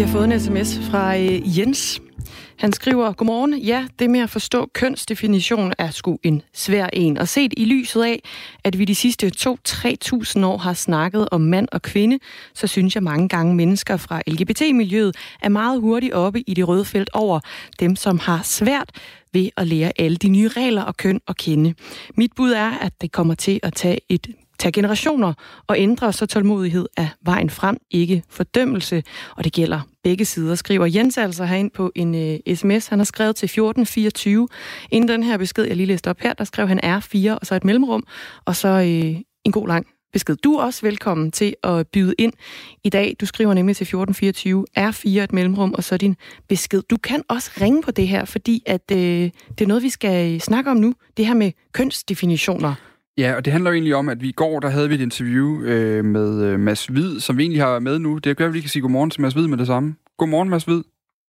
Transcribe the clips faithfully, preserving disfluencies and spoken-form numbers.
Vi har fået en sms fra øh, Jens. Han skriver, godmorgen, ja, det med at forstå kønsdefinition er sgu en svær en. Og set i lyset af, at vi de sidste to til tre tusind år har snakket om mand og kvinde, så synes jeg mange gange mennesker fra L G B T-miljøet er meget hurtigt oppe i det røde felt over dem, som har svært ved at lære alle de nye regler og køn at kende. Mit bud er, at det kommer til at tage et tage generationer og ændre, så tålmodighed er vejen frem, ikke fordømmelse. Og det gælder begge sider, skriver Jens altså herind på en uh, sms. Han har skrevet til fjorten fireogtyve. Inden den her besked, jeg lige læste op her, der skrev han R fire og så et mellemrum, og så uh, en god lang besked. Du er også velkommen til at byde ind i dag. Du skriver nemlig til fjorten fireogtyve, R fire et mellemrum, og så din besked. Du kan også ringe på det her, fordi at, uh, det er noget, vi skal snakke om nu. Det her med kønsdefinitioner. Ja, og det handler jo egentlig om, at vi i går, der havde vi et interview øh, med øh, Mads Hvid, som vi egentlig har med nu. Det gør, at vi lige kan sige godmorgen til Mads Hvid med det samme. Godmorgen, Mads Hvid.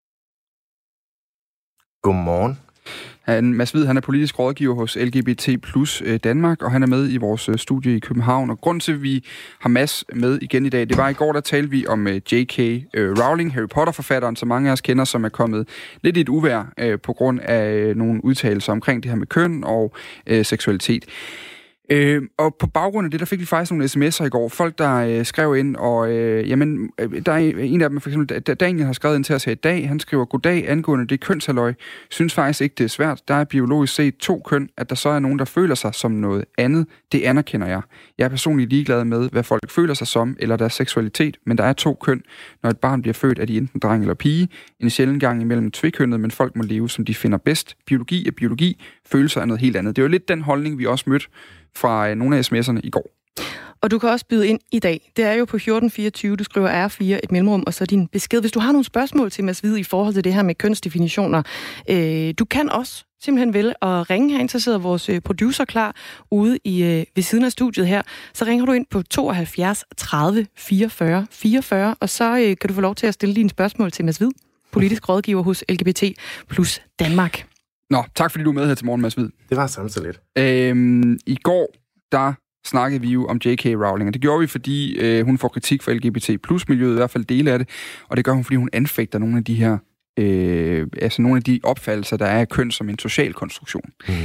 Godmorgen. Han, Mads Hvid, han er politisk rådgiver hos L G B T plus Danmark, og han er med i vores studie i København. Og grund til, at vi har Mads med igen i dag, det var i går, der talte vi om J K Rowling, Harry Potter-forfatteren, som mange af os kender, som er kommet lidt i et uvejr øh, på grund af nogle udtalelser omkring det her med køn og øh, seksualitet. Øh, og på baggrund af det, der fik vi faktisk nogle sms'er i går. Folk, der øh, skrev ind, og øh, jamen, der er en af dem, for eksempel Daniel har skrevet ind til os her i dag. Han skriver, goddag angående det kønshalløj. Synes faktisk ikke, det er svært. Der er biologisk set to køn. At der så er nogen, der føler sig som noget andet, det anerkender jeg. Jeg er personligt ligeglad med, hvad folk føler sig som, eller deres seksualitet, men der er to køn. Når et barn bliver født, er de enten dreng eller pige. En sjælden gang imellem tvikønnet, men folk må leve, som de finder bedst. Biologi er biologi, følelser er noget helt andet. Det er jo lidt den holdning, vi også mødte fra nogle af sms'erne i går. Og du kan også byde ind i dag. Det er jo på fjorten fireogtyve, du skriver R fire, et mellemrum, og så din besked. Hvis du har nogle spørgsmål til Mads Hvid i forhold til det her med kønsdefinitioner, øh, du kan også simpelthen vælge at ringe herind, så sidder vores producer klar ude i, øh, ved siden af studiet her. Så ringer du ind på tooghalvfjerds tredive fireogfyrre fireogfyrre, og så øh, kan du få lov til at stille dine spørgsmål til Mads Hvid, politisk rådgiver hos L G B T plus Danmark. Nå, tak fordi du er med her til morgen, Mads Hvid. Det var samt så lidt. Øhm, I går, der snakkede vi jo om J K Rowling, og det gjorde vi, fordi øh, hun får kritik fra L G B T plus miljøet, i hvert fald dele af det, og det gør hun, fordi hun anfægter nogle af de her, øh, altså nogle af de opfattelser, der er af køn som en social konstruktion. Mm.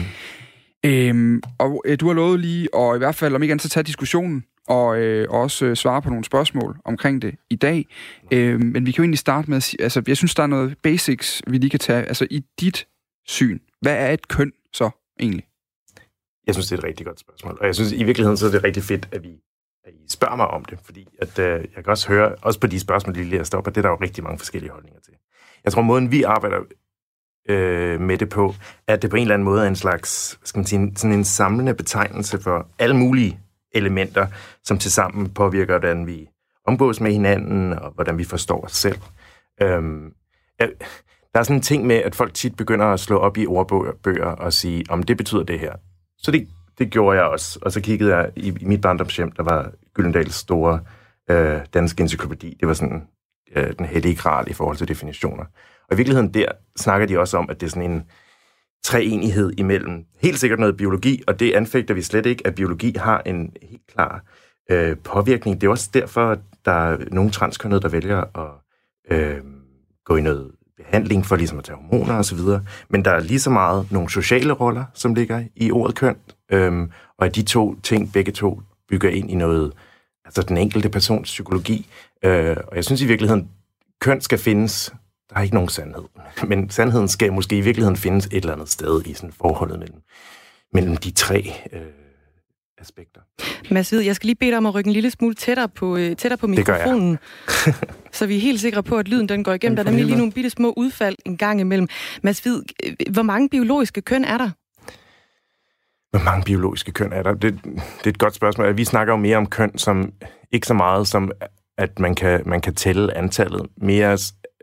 Øhm, og øh, du har lovet lige, og i hvert fald om ikke andet, så tage diskussionen, og øh, også øh, svare på nogle spørgsmål omkring det i dag. Øh, men vi kan jo egentlig starte med at sige, altså jeg synes, der er noget basics, vi lige kan tage, altså i dit syn. Hvad er et køn så egentlig? Jeg synes, det er et rigtig godt spørgsmål. Og jeg synes, i virkeligheden så er det rigtig fedt, at, vi, at I spørger mig om det. Fordi at, øh, jeg kan også høre, også på de spørgsmål, de lige har stoppet, at det er der jo rigtig mange forskellige holdninger til. Jeg tror, måden vi arbejder øh, med det på, er, at det på en eller anden måde er en slags, skal man sige, sådan en samlende betegnelse for alle mulige elementer, som tilsammen påvirker, hvordan vi omgås med hinanden, og hvordan vi forstår os selv. Øhm, jeg, Der er sådan en ting med, at folk tit begynder at slå op i ordbøger og sige, om det betyder det her. Så det, det gjorde jeg også. Og så kiggede jeg i, i mit barndomshjem, der var Gyldendals store øh, danske encyklopædi. Det var sådan øh, den hellige gral i forhold til definitioner. Og i virkeligheden der snakker de også om, at det er sådan en treenighed imellem helt sikkert noget biologi, og det anfægter vi slet ikke, at biologi har en helt klar øh, påvirkning. Det er også derfor, at der er nogle transkønnede, der vælger at øh, gå i noget behandling for ligesom at tage hormoner og så videre. Men der er lige så meget nogle sociale roller, som ligger i ordet køn, øhm, og at de to ting, begge to, bygger ind i noget, altså den enkelte persons psykologi. Øh, og jeg synes i virkeligheden, køn skal findes, der er ikke nogen sandhed, men sandheden skal måske i virkeligheden findes et eller andet sted i sådan forholdet mellem, mellem de tre øh, aspekter. Mads Hvid, jeg skal lige bede dig om at rykke en lille smule tættere på, øh, tættere på mikrofonen, så vi er helt sikre på, at lyden den går igennem. Der er nemlig lige nogle bitte små udfald en gang imellem. Mads Hvid, hvor mange biologiske køn er der? Hvor mange biologiske køn er der? Det, det er et godt spørgsmål. Vi snakker jo mere om køn, som ikke så meget som, at man kan, man kan tælle antallet. Mere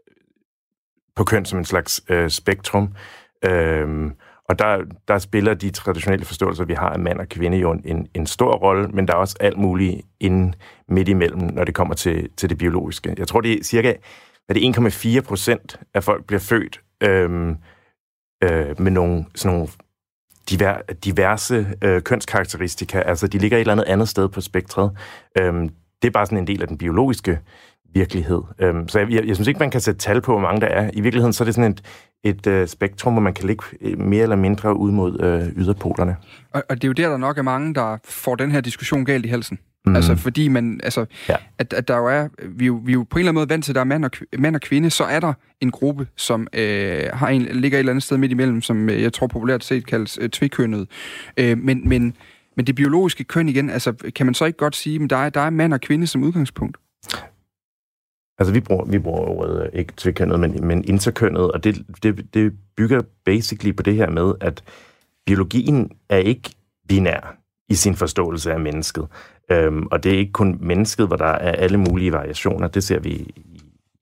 på køn som en slags øh, spektrum. Øhm, Og der, der spiller de traditionelle forståelser, vi har af mand og kvinde, jo en, en stor rolle, men der er også alt muligt inden midt imellem, når det kommer til, til det biologiske. Jeg tror, det er cirka at det en komma fire procent af folk bliver født øhm, øh, med nogle, sådan nogle diver, diverse øh, kønskarakteristika. Altså, de ligger et eller andet andet sted på spektret. Øhm, det er bare sådan en del af den biologiske virkelighed. Øhm, så jeg, jeg, jeg synes ikke, man kan sætte tal på, hvor mange der er. I virkeligheden så er det sådan et, et øh, spektrum, hvor man kan ligge mere eller mindre ud mod øh, yderpolerne. Og, og det er jo der, der nok er mange, der får den her diskussion galt i halsen. Mm. Altså fordi man, altså, ja. at, at der jo er, vi er jo, vi er jo på en eller anden måde vant til, at der er mand og, mand og kvinde, så er der en gruppe, som øh, har en, ligger et eller andet sted midt imellem, som øh, jeg tror populært set kaldes øh, tvikønnet. Øh, men, men, men det biologiske køn igen, altså kan man så ikke godt sige, at der er, der er mand og kvinde som udgangspunkt? Altså, vi bruger, vi bruger ordet ikke tvikønnet, men, men interkønnet, og det, det, det bygger basically på det her med, at biologien er ikke binær i sin forståelse af mennesket. Øhm, og det er ikke kun mennesket, hvor der er alle mulige variationer. Det ser vi i,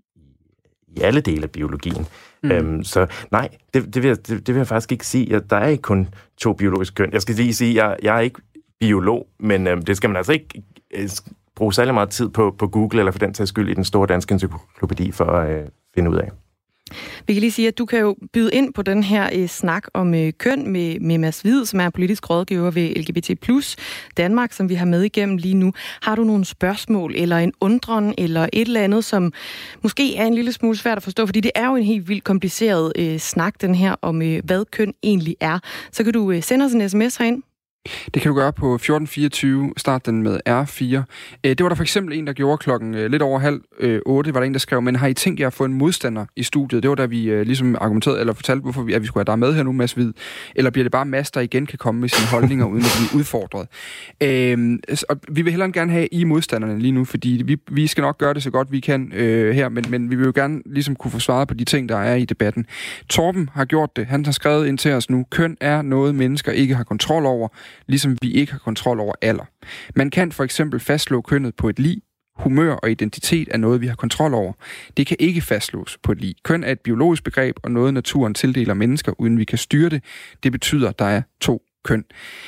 i alle dele af biologien. Mm. Øhm, så nej, det, det, vil jeg, det, det vil jeg faktisk ikke sige. Der er ikke kun to biologiske køn. Jeg skal lige sige, at jeg, jeg er ikke biolog, men øhm, det skal man altså ikke øh, bruge særlig meget tid på, på Google, eller for den sags skyld i den store danske encyklopædi for at øh, finde ud af. Vi kan lige sige, at du kan jo byde ind på den her øh, snak om øh, køn med, med Mads Hvid, som er politisk rådgiver ved L G B T plus Danmark, som vi har med igennem lige nu. Har du nogle spørgsmål, eller en undren, eller et eller andet, som måske er en lille smule svært at forstå, fordi det er jo en helt vildt kompliceret øh, snak, den her, om øh, hvad køn egentlig er. Så kan du øh, sende os en sms herind. Det kan du gøre på fjorten fireogtyve, start den med R fire. Det var der for eksempel en, der gjorde klokken lidt over halv otte, var der en, der skrev, men har I tænkt jer at få en modstander i studiet? Det var da vi ligesom argumenterede, eller fortalte, hvorfor vi, at vi skulle have dig med her nu, Mads Hvid. Eller bliver det bare Mads, der igen kan komme med sine holdninger, uden at blive udfordret? Øhm, og vi vil hellere gerne have I modstanderne lige nu, fordi vi, vi skal nok gøre det så godt, vi kan øh, her, men, men vi vil jo gerne ligesom kunne få svaret på de ting, der er i debatten. Torben har gjort det. Han har skrevet ind til os nu, køn er noget, mennesker ikke har kontrol over, ligesom vi ikke har kontrol over alder. Man kan for eksempel fastslå kønnet på et lig. Humør og identitet er noget, vi har kontrol over. Det kan ikke fastslås på et lig. Køn er et biologisk begreb, og noget naturen tildeler mennesker, uden vi kan styre det. Det betyder, at der er to køn.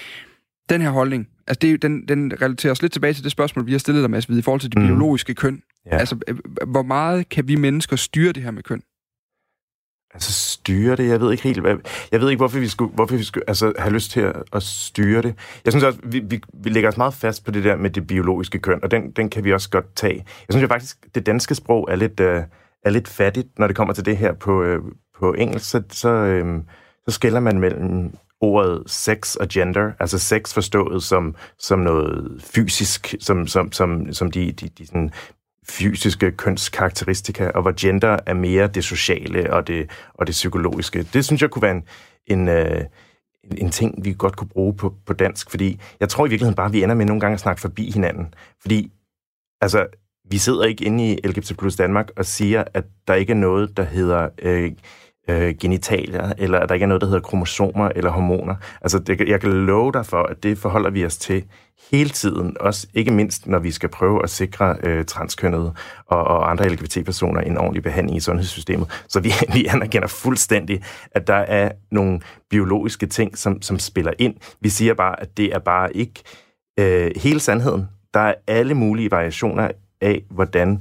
Den her holdning, altså det, den, den relaterer os lidt tilbage til det spørgsmål, vi har stillet dig, Mads Hvid, i forhold til det mm. biologiske køn. Ja. Altså, hvor meget kan vi mennesker styre det her med køn? Altså styre det, jeg ved ikke helt, hvad, jeg ved ikke, hvorfor vi skulle, hvorfor vi skulle altså, have lyst til at, at styre det. Jeg synes også, vi, vi, vi lægger os meget fast på det der med det biologiske køn, og den, den kan vi også godt tage. Jeg synes jo faktisk, det danske sprog er lidt, uh, er lidt fattigt, når det kommer til det her på, uh, på engelsk, så, så, um, så skelner man mellem ordet sex og gender, altså sex forstået som, som noget fysisk, som, som, som, som de, de, de sådan fysiske kønskarakteristika, og hvor gender er mere det sociale og det, og det psykologiske. Det synes jeg kunne være en, en, en, en ting, vi godt kunne bruge på, på dansk, fordi jeg tror i virkeligheden bare, at vi ender med nogle gange at snakke forbi hinanden. Fordi altså, vi sidder ikke inde i L G B T plus Danmark og siger, at der ikke er noget, der hedder øh, øh, genitalier, eller at der ikke er noget, der hedder kromosomer eller hormoner. Altså, det, jeg kan love dig for, at det forholder vi os til hele tiden, også ikke mindst, når vi skal prøve at sikre øh, transkønnede og, og andre L G B T-personer en ordentlig behandling i sundhedssystemet. Så vi, vi anerkender fuldstændig, at der er nogle biologiske ting, som, som spiller ind. Vi siger bare, at det er bare ikke øh, hele sandheden. Der er alle mulige variationer af, hvordan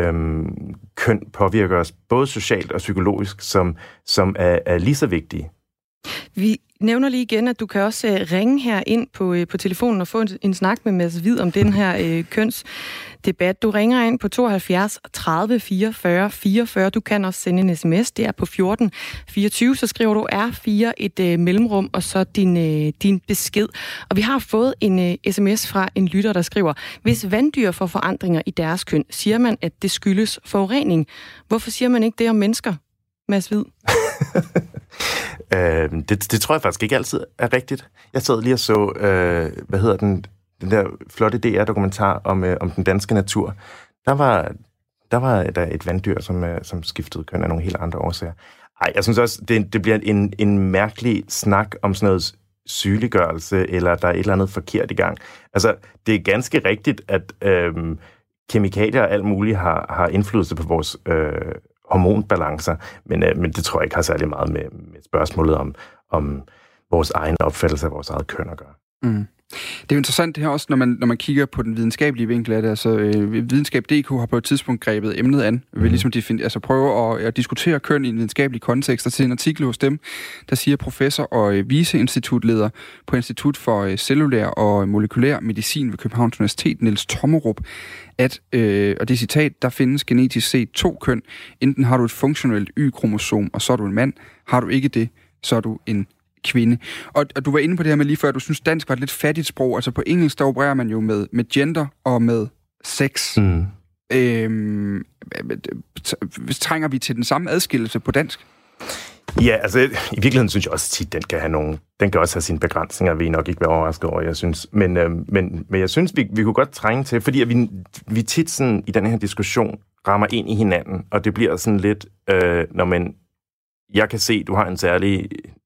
øhm, køn påvirker os, både socialt og psykologisk, som, som er, er lige så vigtige. Vi nævner lige igen, at du kan også uh, ringe her ind på, uh, på telefonen og få en, en snak med Mads Hvid om den her uh, kønsdebat. Du ringer ind på tooghalvfjerds tredive fireogfyrre fireogfyrre. Du kan også sende en sms. Det er på fjorten fireogtyve. Så skriver du R fire et uh, mellemrum og så din, uh, din besked. Og vi har fået en uh, sms fra en lytter, der skriver, hvis vanddyr får forandringer i deres køn, siger man, at det skyldes forurening. Hvorfor siger man ikke det om mennesker, Mads Hvid? øh, det, det tror jeg faktisk ikke altid er rigtigt. Jeg sad lige og så, øh, hvad hedder den, den der flotte D R-dokumentar om, øh, om den danske natur. Der var, der var der et vanddyr, som, øh, som skiftede køn af nogle helt andre årsager. Ej, jeg synes også, det, det bliver en, en mærkelig snak om sådan noget sygeliggørelse, eller der er et eller andet forkert i gang. Altså, det er ganske rigtigt, at øh, kemikalier og alt muligt har, har indflydelse på vores øh, hormonbalancer, men, øh, men det tror jeg ikke har særlig meget med, med spørgsmålet om, om vores egen opfattelse af vores eget køn at gøre. Mm. Det er jo interessant det her også, når man, når man kigger på den videnskabelige vinkel af det. Altså, øh, videnskab punktum d k har på et tidspunkt grebet emnet an. Vi vil ligesom defin- altså prøve at, at diskutere køn i en videnskabelig kontekst. Og til en artikel hos dem, der siger professor og øh, viceinstitutleder på Institut for øh, Cellulær og Molekylær Medicin ved Københavns Universitet, Niels Tommerup, at, øh, og det citat, der findes genetisk set to køn. Enten har du et funktionelt Y-kromosom, og så er du en mand. Har du ikke det, så er du en kvinde. Og, og du var inde på det her med lige før, at du synes, dansk var et lidt fattigt sprog. Altså på engelsk, der opererer man jo med, med gender og med sex. Mm. Øhm, trænger vi til den samme adskillelse på dansk? Ja, altså i virkeligheden synes jeg også tit, den kan have nogle, den kan også have sine begrænsninger, vi nok ikke være overrasket over, jeg synes. Men, øh, men, men jeg synes, vi, vi kunne godt trænge til, fordi at vi, vi tit sådan, i den her diskussion rammer ind i hinanden, og det bliver sådan lidt, øh, når man, jeg kan se, du har en særlig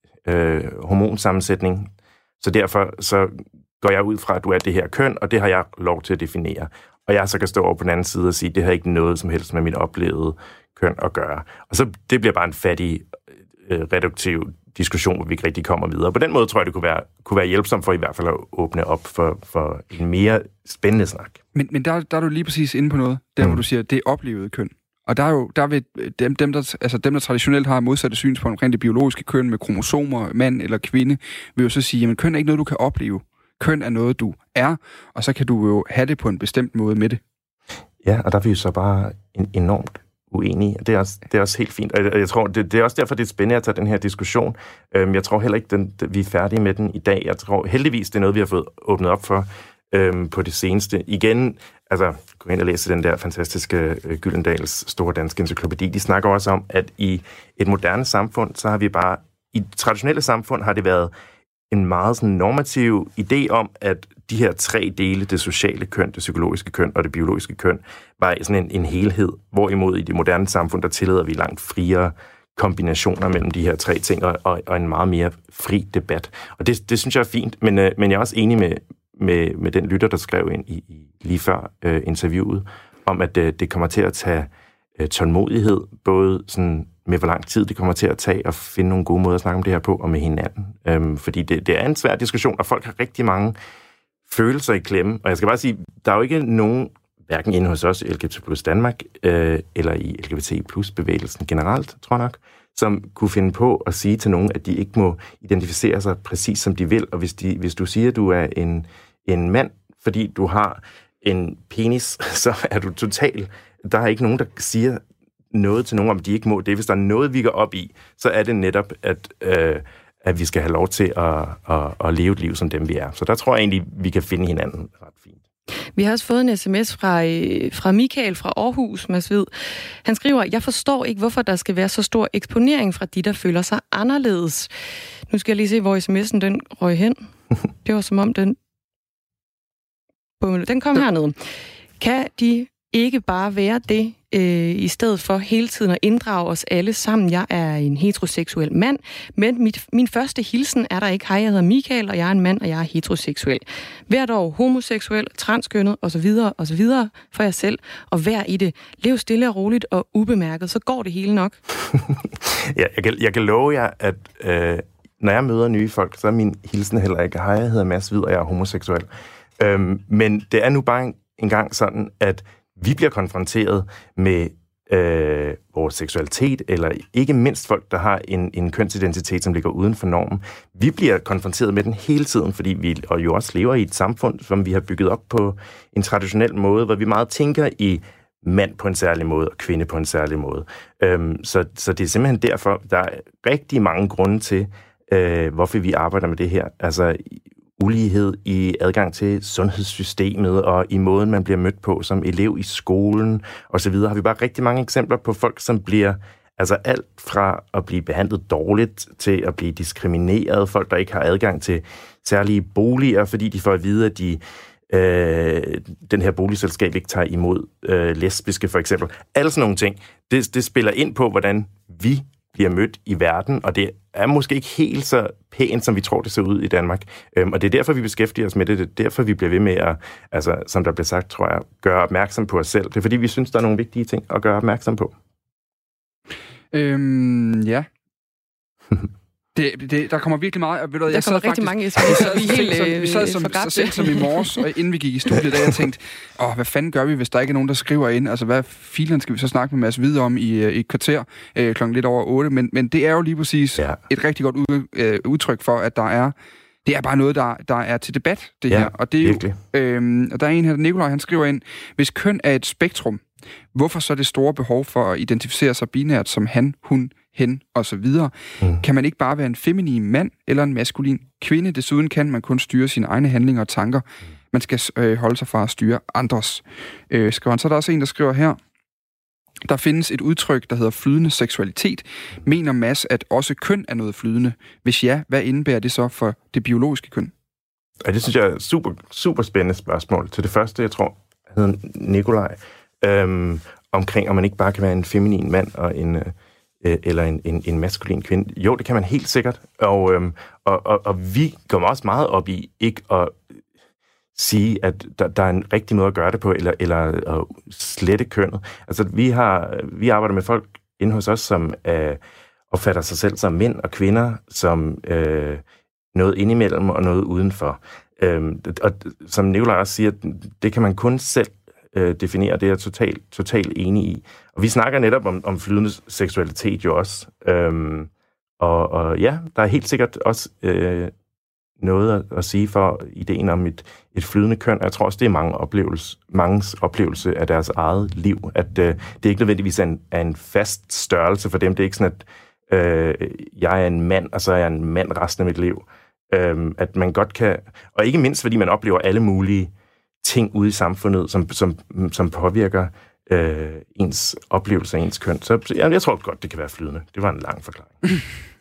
øh, hormonsammensætning, så derfor så går jeg ud fra, at du er det her køn, og det har jeg lov til at definere. Og jeg så kan stå over på den anden side og sige, det har ikke noget som helst med mit oplevede køn at gøre. Og så det bliver bare en fattig, øh, reduktiv diskussion, hvor vi ikke rigtig kommer videre. På den måde tror jeg, det kunne være, kunne være hjælpsomt for i hvert fald at åbne op for, for en mere spændende snak. Men, men der, der er du lige præcis inde på noget, der mm. hvor du siger, det er oplevede køn. Og der er jo der vil dem, dem, der, altså dem, der traditionelt har modsatte synspunkt omkring det biologiske køn med kromosomer, mand eller kvinde, vil jo så sige, jamen køn er ikke noget, du kan opleve. Køn er noget, du er, og så kan du jo have det på en bestemt måde med det. Ja, og der er vi jo så bare en, enormt uenige. Det er også, det er også helt fint. Og jeg, jeg tror, det, det er også derfor, det er spændende at tage den her diskussion. Øhm, jeg tror heller ikke, den, vi er færdige med den i dag. Jeg tror heldigvis, det er noget, vi har fået åbnet op for øhm, på det seneste. Igen, altså, gå ind og læse den der fantastiske øh, Gyldendals Store Danske Encyklopædi. De snakker også om, at i et moderne samfund, så har vi bare, i traditionelle samfund har det været en meget sådan normativ idé om, at de her tre dele, det sociale køn, det psykologiske køn og det biologiske køn, var sådan en, en helhed. Hvorimod i det moderne samfund, der tillader vi langt friere kombinationer mellem de her tre ting, og, og en meget mere fri debat. Og det, det synes jeg er fint, men, øh, men jeg er også enig med, med, med den lytter, der skrev ind i, i lige før øh, interviewet, om at øh, det kommer til at tage øh, tålmodighed, både sådan med hvor lang tid det kommer til at tage at finde nogle gode måder at snakke om det her på, og med hinanden. Øhm, fordi det, det er en svær diskussion, og folk har rigtig mange følelser i klemme. Og jeg skal bare sige, der er jo ikke nogen, hverken inde hos os i L G B T plus Danmark, øh, eller i L G B T plus bevægelsen generelt, tror jeg nok, som kunne finde på at sige til nogen, at de ikke må identificere sig præcis som de vil. Og hvis, de, hvis du siger, at du er en, en mand, fordi du har en penis, så er du total. Der er ikke nogen, der siger noget til nogen, om de ikke må det. Hvis der er noget, vi går op i, så er det netop, at, øh, at vi skal have lov til at, at, at leve et liv som dem, vi er. Så der tror jeg egentlig, vi kan finde hinanden ret fint. Vi har også fået en sms fra, fra Michael fra Aarhus, Mads Hvid. Han skriver, jeg forstår ikke, hvorfor der skal være så stor eksponering fra de, der føler sig anderledes. Nu skal jeg lige se, hvor sms'en den røg hen. Det var som om den... Den kom hernede. Kan de ikke bare være det, øh, i stedet for hele tiden at inddrage os alle sammen? Jeg er en heteroseksuel mand, men mit, min første hilsen er der ikke. Hej, jeg hedder Michael, og jeg er en mand, og jeg er heteroseksuel. Vær dog homoseksuel, transkønnet osv. osv. for jer selv, og vær i det. Lev stille og roligt og ubemærket, så går det hele nok. ja, jeg, kan, jeg kan love jer, at øh, når jeg møder nye folk, så er min hilsen heller ikke, hej, jeg hedder Mads Hvid, og jeg er homoseksuel. Øhm, men det er nu bare en, en gang sådan, at vi bliver konfronteret med øh, vores seksualitet, eller ikke mindst folk, der har en, en kønsidentitet, som ligger uden for normen. Vi bliver konfronteret med den hele tiden, fordi vi og jo også lever i et samfund, som vi har bygget op på en traditionel måde, hvor vi meget tænker i mand på en særlig måde, og kvinde på en særlig måde. Øhm, så, så det er simpelthen derfor, der er rigtig mange grunde til, øh, hvorfor vi arbejder med det her. Altså ulighed i adgang til sundhedssystemet og i måden, man bliver mødt på som elev i skolen osv. Har vi bare rigtig mange eksempler på folk, som bliver altså alt fra at blive behandlet dårligt til at blive diskrimineret. Folk, der ikke har adgang til særlige boliger, fordi de får at vide, at de, øh, den her boligselskab ikke tager imod øh, lesbiske for eksempel. Alle sådan nogle ting. Det, det spiller ind på, hvordan vi bliver mødt i verden, og det er måske ikke helt så pænt, som vi tror, det ser ud i Danmark. Øhm, og det er derfor, vi beskæftiger os med det. Det er derfor, vi bliver ved med at, altså, som der bliver sagt, tror jeg, gøre opmærksom på os selv. Det er fordi, vi synes, der er nogle vigtige ting at gøre opmærksom på. Øhm, ja. Det, det, der kommer virkelig meget... Ved du, der jeg kommer sad rigtig faktisk, mange sms'er, vi er helt som, vi sad som, så sent som i morges, og inden vi gik i studiet, der jeg tænkte, åh, hvad fanden gør vi, hvis der ikke er nogen, der skriver ind? Altså, hvad filen skal vi så snakke med Mads Hvid om i, i et kvarter, øh, klokken lidt over otte? Men, men det er jo lige præcis ja. et rigtig godt ud, øh, udtryk for, at der er... Det er bare noget, der, der er til debat, det ja, her. Og det er jo, øhm, og der er en her, Nikolaj, han skriver ind, hvis køn er et spektrum, hvorfor så det store behov for at identificere sig binært som han, hun, hen og så videre? Mm. Kan man ikke bare være en feminin mand eller en maskulin kvinde? Desuden kan man kun styre sine egne handlinger og tanker. Man skal øh, holde sig fra at styre andres. Øh, skriver han. Så er der også en, der skriver her, der findes et udtryk, der hedder flydende seksualitet. Mener Mads, at også køn er noget flydende? Hvis ja, hvad indebærer det så for det biologiske køn? Ja, det synes jeg er et super, super spændende spørgsmål. Til det første, jeg tror, han hedder Nikolaj, øhm, omkring, om man ikke bare kan være en feminin mand og en, øh, eller en, en, en maskulin kvinde. Jo, det kan man helt sikkert. Og, øhm, og, og, og vi går også meget op i ikke at sige, at der, der er en rigtig måde at gøre det på, eller, eller at slette kønnet. Altså, vi, har, vi arbejder med folk inde hos os, som øh, opfatter sig selv som mænd og kvinder, som øh, noget indimellem og noget udenfor. Øhm, og som Nikolaj også siger, det kan man kun selv øh, definere, det er jeg totalt, totalt enig i. Og vi snakker netop om, om flydende seksualitet jo også. Øhm, og, og ja, der er helt sikkert også øh, noget at, at sige for ideen om et, et flydende køn. Jeg tror også, det er mange oplevelse, manges oplevelse af deres eget liv. At øh, det er ikke nødvendigvis er en, er en fast størrelse for dem. Det er ikke sådan, at øh, jeg er en mand, og så er jeg en mand resten af mit liv. Øh, at man godt kan... Og ikke mindst, fordi man oplever alle mulige ting ude i samfundet, som, som, som påvirker øh, ens oplevelse af ens køn. Så jeg, jeg tror godt, det kan være flydende. Det var en lang forklaring.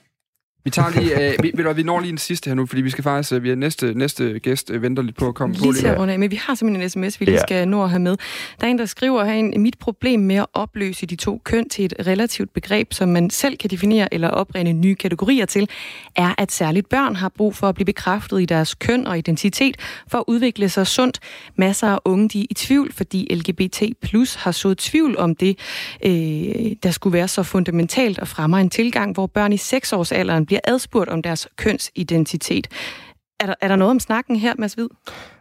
Vi tager lige, øh, vi, vi, vi når lige en sidste her nu, fordi vi skal faktisk, øh, vi er næste, næste gæst øh, venter lidt på at komme lige på. Lige til af, men vi har simpelthen en sms, vi lige ja. skal nå at have med. Der er en, der skriver her, mit problem med at opløse de to køn til et relativt begreb, som man selv kan definere eller oprinde nye kategorier til, er, at særligt børn har brug for at blive bekræftet i deres køn og identitet for at udvikle sig sundt. Masser af unge, de er i tvivl, fordi L G B T plus har sået tvivl om det, øh, der skulle være så fundamentalt og fremmer en tilgang, hvor børn i seksårsalderen bliver adspurgt om deres kønsidentitet. Er der, er der noget om snakken her, Mads Hvid?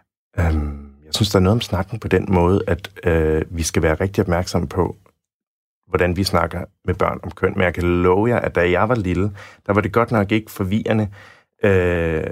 Øhm, jeg synes, der er noget om snakken på den måde, at øh, vi skal være rigtig opmærksomme på, hvordan vi snakker med børn om køn. Men jeg kan love jer, at da jeg var lille, der var det godt nok ikke forvirrende. Øh,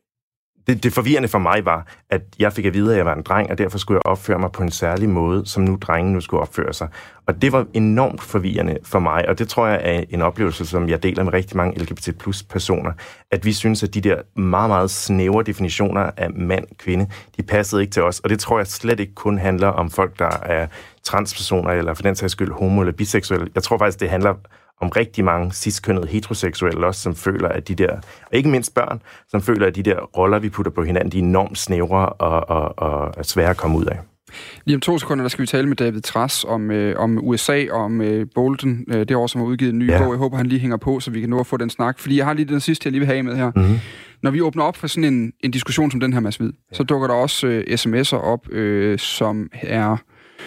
det, det forvirrende for mig var, at jeg fik at vide, at jeg var en dreng, og derfor skulle jeg opføre mig på en særlig måde, som nu drengen nu skulle opføre sig. Og det var enormt forvirrende for mig, og det tror jeg er en oplevelse, som jeg deler med rigtig mange L G B T plus personer, at vi synes, at de der meget, meget snævre definitioner af mand, kvinde, de passede ikke til os. Og det tror jeg slet ikke kun handler om folk, der er transpersoner, eller for den sags skyld homo- eller biseksuelle. Jeg tror faktisk, det handler om rigtig mange cis-kønnede heteroseksuelle også, som føler, at de der, og ikke mindst børn, som føler, at de der roller, vi putter på hinanden, de er enormt snævre og, og, og er svære at komme ud af. Lige om to sekunder, der skal vi tale med David Trads om, øh, om U S A og om øh, Bolton, øh, det år, som har udgivet en ny ja. bog. Jeg håber, han lige hænger på, så vi kan nå at få den snak. Fordi jeg har lige den sidste, jeg lige vil have med her. Mm-hmm. Når vi åbner op for sådan en, en diskussion som den her, Mads Hvid, ja. så dukker der også øh, sms'er op, øh, som er...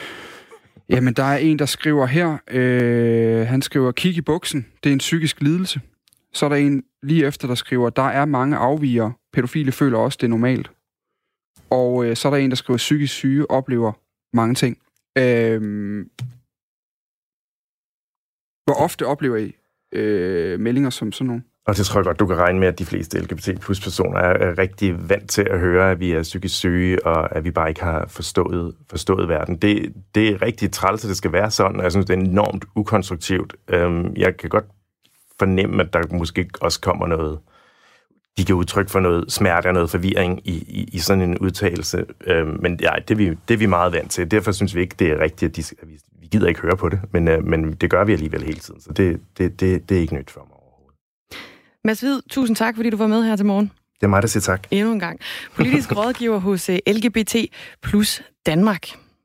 Jamen, der er en, der skriver her, øh, han skriver, kig i buksen, det er en psykisk lidelse. Så er der en lige efter, der skriver, der er mange afvigere, pædofile føler også, det er normalt. Og øh, så er der en, der skriver, psykisk syge oplever mange ting. Øh, hvor ofte oplever I øh, meldinger som sådan nogle? Og det tror jeg godt, du kan regne med, at de fleste L G B T plus personer er rigtig vant til at høre, at vi er psykisk syge, og at vi bare ikke har forstået, forstået verden. Det, det er rigtig træls, at det skal være sådan, og jeg synes, det er enormt ukonstruktivt. Jeg kan godt fornemme, at der måske også kommer noget, de kan udtrykke for noget smerte og noget forvirring i, i, i sådan en udtalelse. Men ja, det er, vi, det er vi meget vant til. Derfor synes vi ikke, det er rigtigt, at, de, at vi, vi gider ikke høre på det, men, men det gør vi alligevel hele tiden, så det, det, det, det er ikke nyt for mig. Mads Hvid, tusind tak, fordi du var med her til morgen. Det er mig, der siger tak. Endnu en gang. Politisk rådgiver hos L G B T plus Danmark.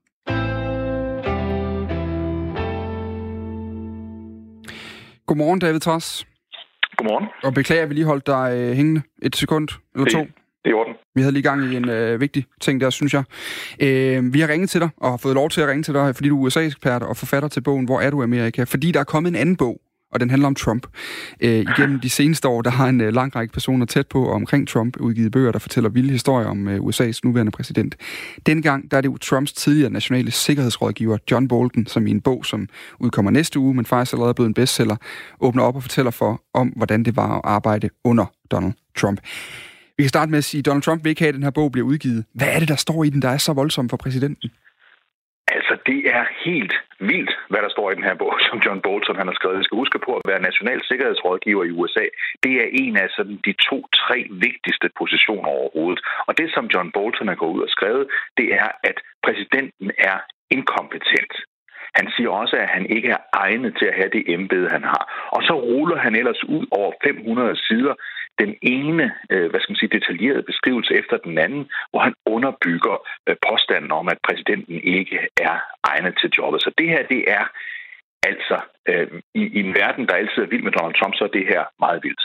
Godmorgen, David Trads. Godmorgen. Og beklager, at vi lige holdt dig øh, hængende et sekund eller to. Det, det er i orden. Vi havde lige gang i en øh, vigtig ting der, synes jeg. Øh, vi har ringet til dig, og har fået lov til at ringe til dig, fordi du er U S A-ekspert og forfatter til bogen Hvor er du, Amerika? Fordi der er kommet en anden bog og den handler om Trump. Øh, igennem de seneste år, der har en øh, lang række personer tæt på og omkring Trump udgivet bøger, der fortæller vilde historier om øh, U S A's nuværende præsident. Dengang, der er det jo Trumps tidligere nationale sikkerhedsrådgiver, John Bolton, som i en bog, som udkommer næste uge, men faktisk allerede er blevet en bestseller, åbner op og fortæller for om, hvordan det var at arbejde under Donald Trump. Vi kan starte med at sige, at Donald Trump vil ikke have, at den her bog bliver udgivet. Hvad er det, der står i den, der er så voldsomt for præsidenten? Altså, det er helt vildt, hvad der står i den her bog, som John Bolton han har skrevet. Jeg skal huske på at være national sikkerhedsrådgiver i U S A. Det er en af sådan, de to-tre vigtigste positioner overhovedet. Og det, som John Bolton har gået ud og skrevet, det er, at præsidenten er inkompetent. Han siger også, at han ikke er egnet til at have det embede, han har. Og så ruller han ellers ud over fem hundrede sider, den ene, hvad skal man sige, detaljerede beskrivelse efter den anden, hvor han underbygger påstanden om, at præsidenten ikke er egnet til jobbet. Så det her, det er altså, i, i en verden, der altid er vild med Donald Trump, så er det her meget vildt.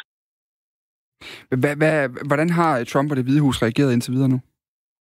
Hvad, hvad, hvordan har Trump og Det Hvide Hus reageret indtil videre nu?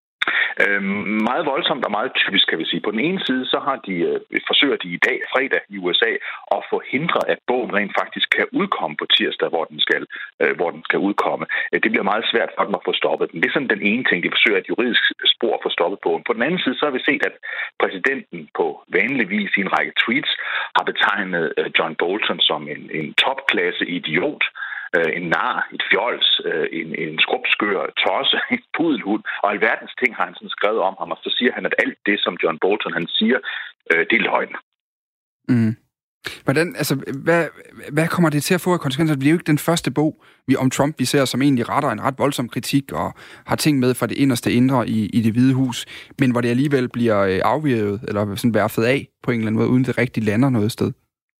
Øhm, meget voldsomt og meget typisk, kan vi sige. På den ene side, så har de, øh, forsøger de i dag, fredag i U S A, at forhindre, at bogen rent faktisk kan udkomme på tirsdag, hvor den skal, øh, hvor den skal udkomme. Det bliver meget svært for dem at få stoppet den. Det er sådan den ene ting, de forsøger et juridisk spor at få stoppet bogen. På den anden side, så har vi set, at præsidenten på vanlig vis i en række tweets har betegnet øh, John Bolton som en, en topklasse idiot, en nar, et fjols, en, en skrubskør, tosse, en pudelhund, og alverdens ting har han sådan skrevet om ham, og så siger han, at alt det, som John Bolton han siger, det er løgn. Mm. Hvordan, altså, hvad, hvad kommer det til at få af konsekvenser? Det er jo ikke den første bog vi, om Trump, vi ser, som egentlig retter en ret voldsom kritik og har ting med fra det inderste indre i, i Det Hvide Hus, men hvor det alligevel bliver afvirret eller sådan værfet af på en eller anden måde, uden det rigtig lander noget sted.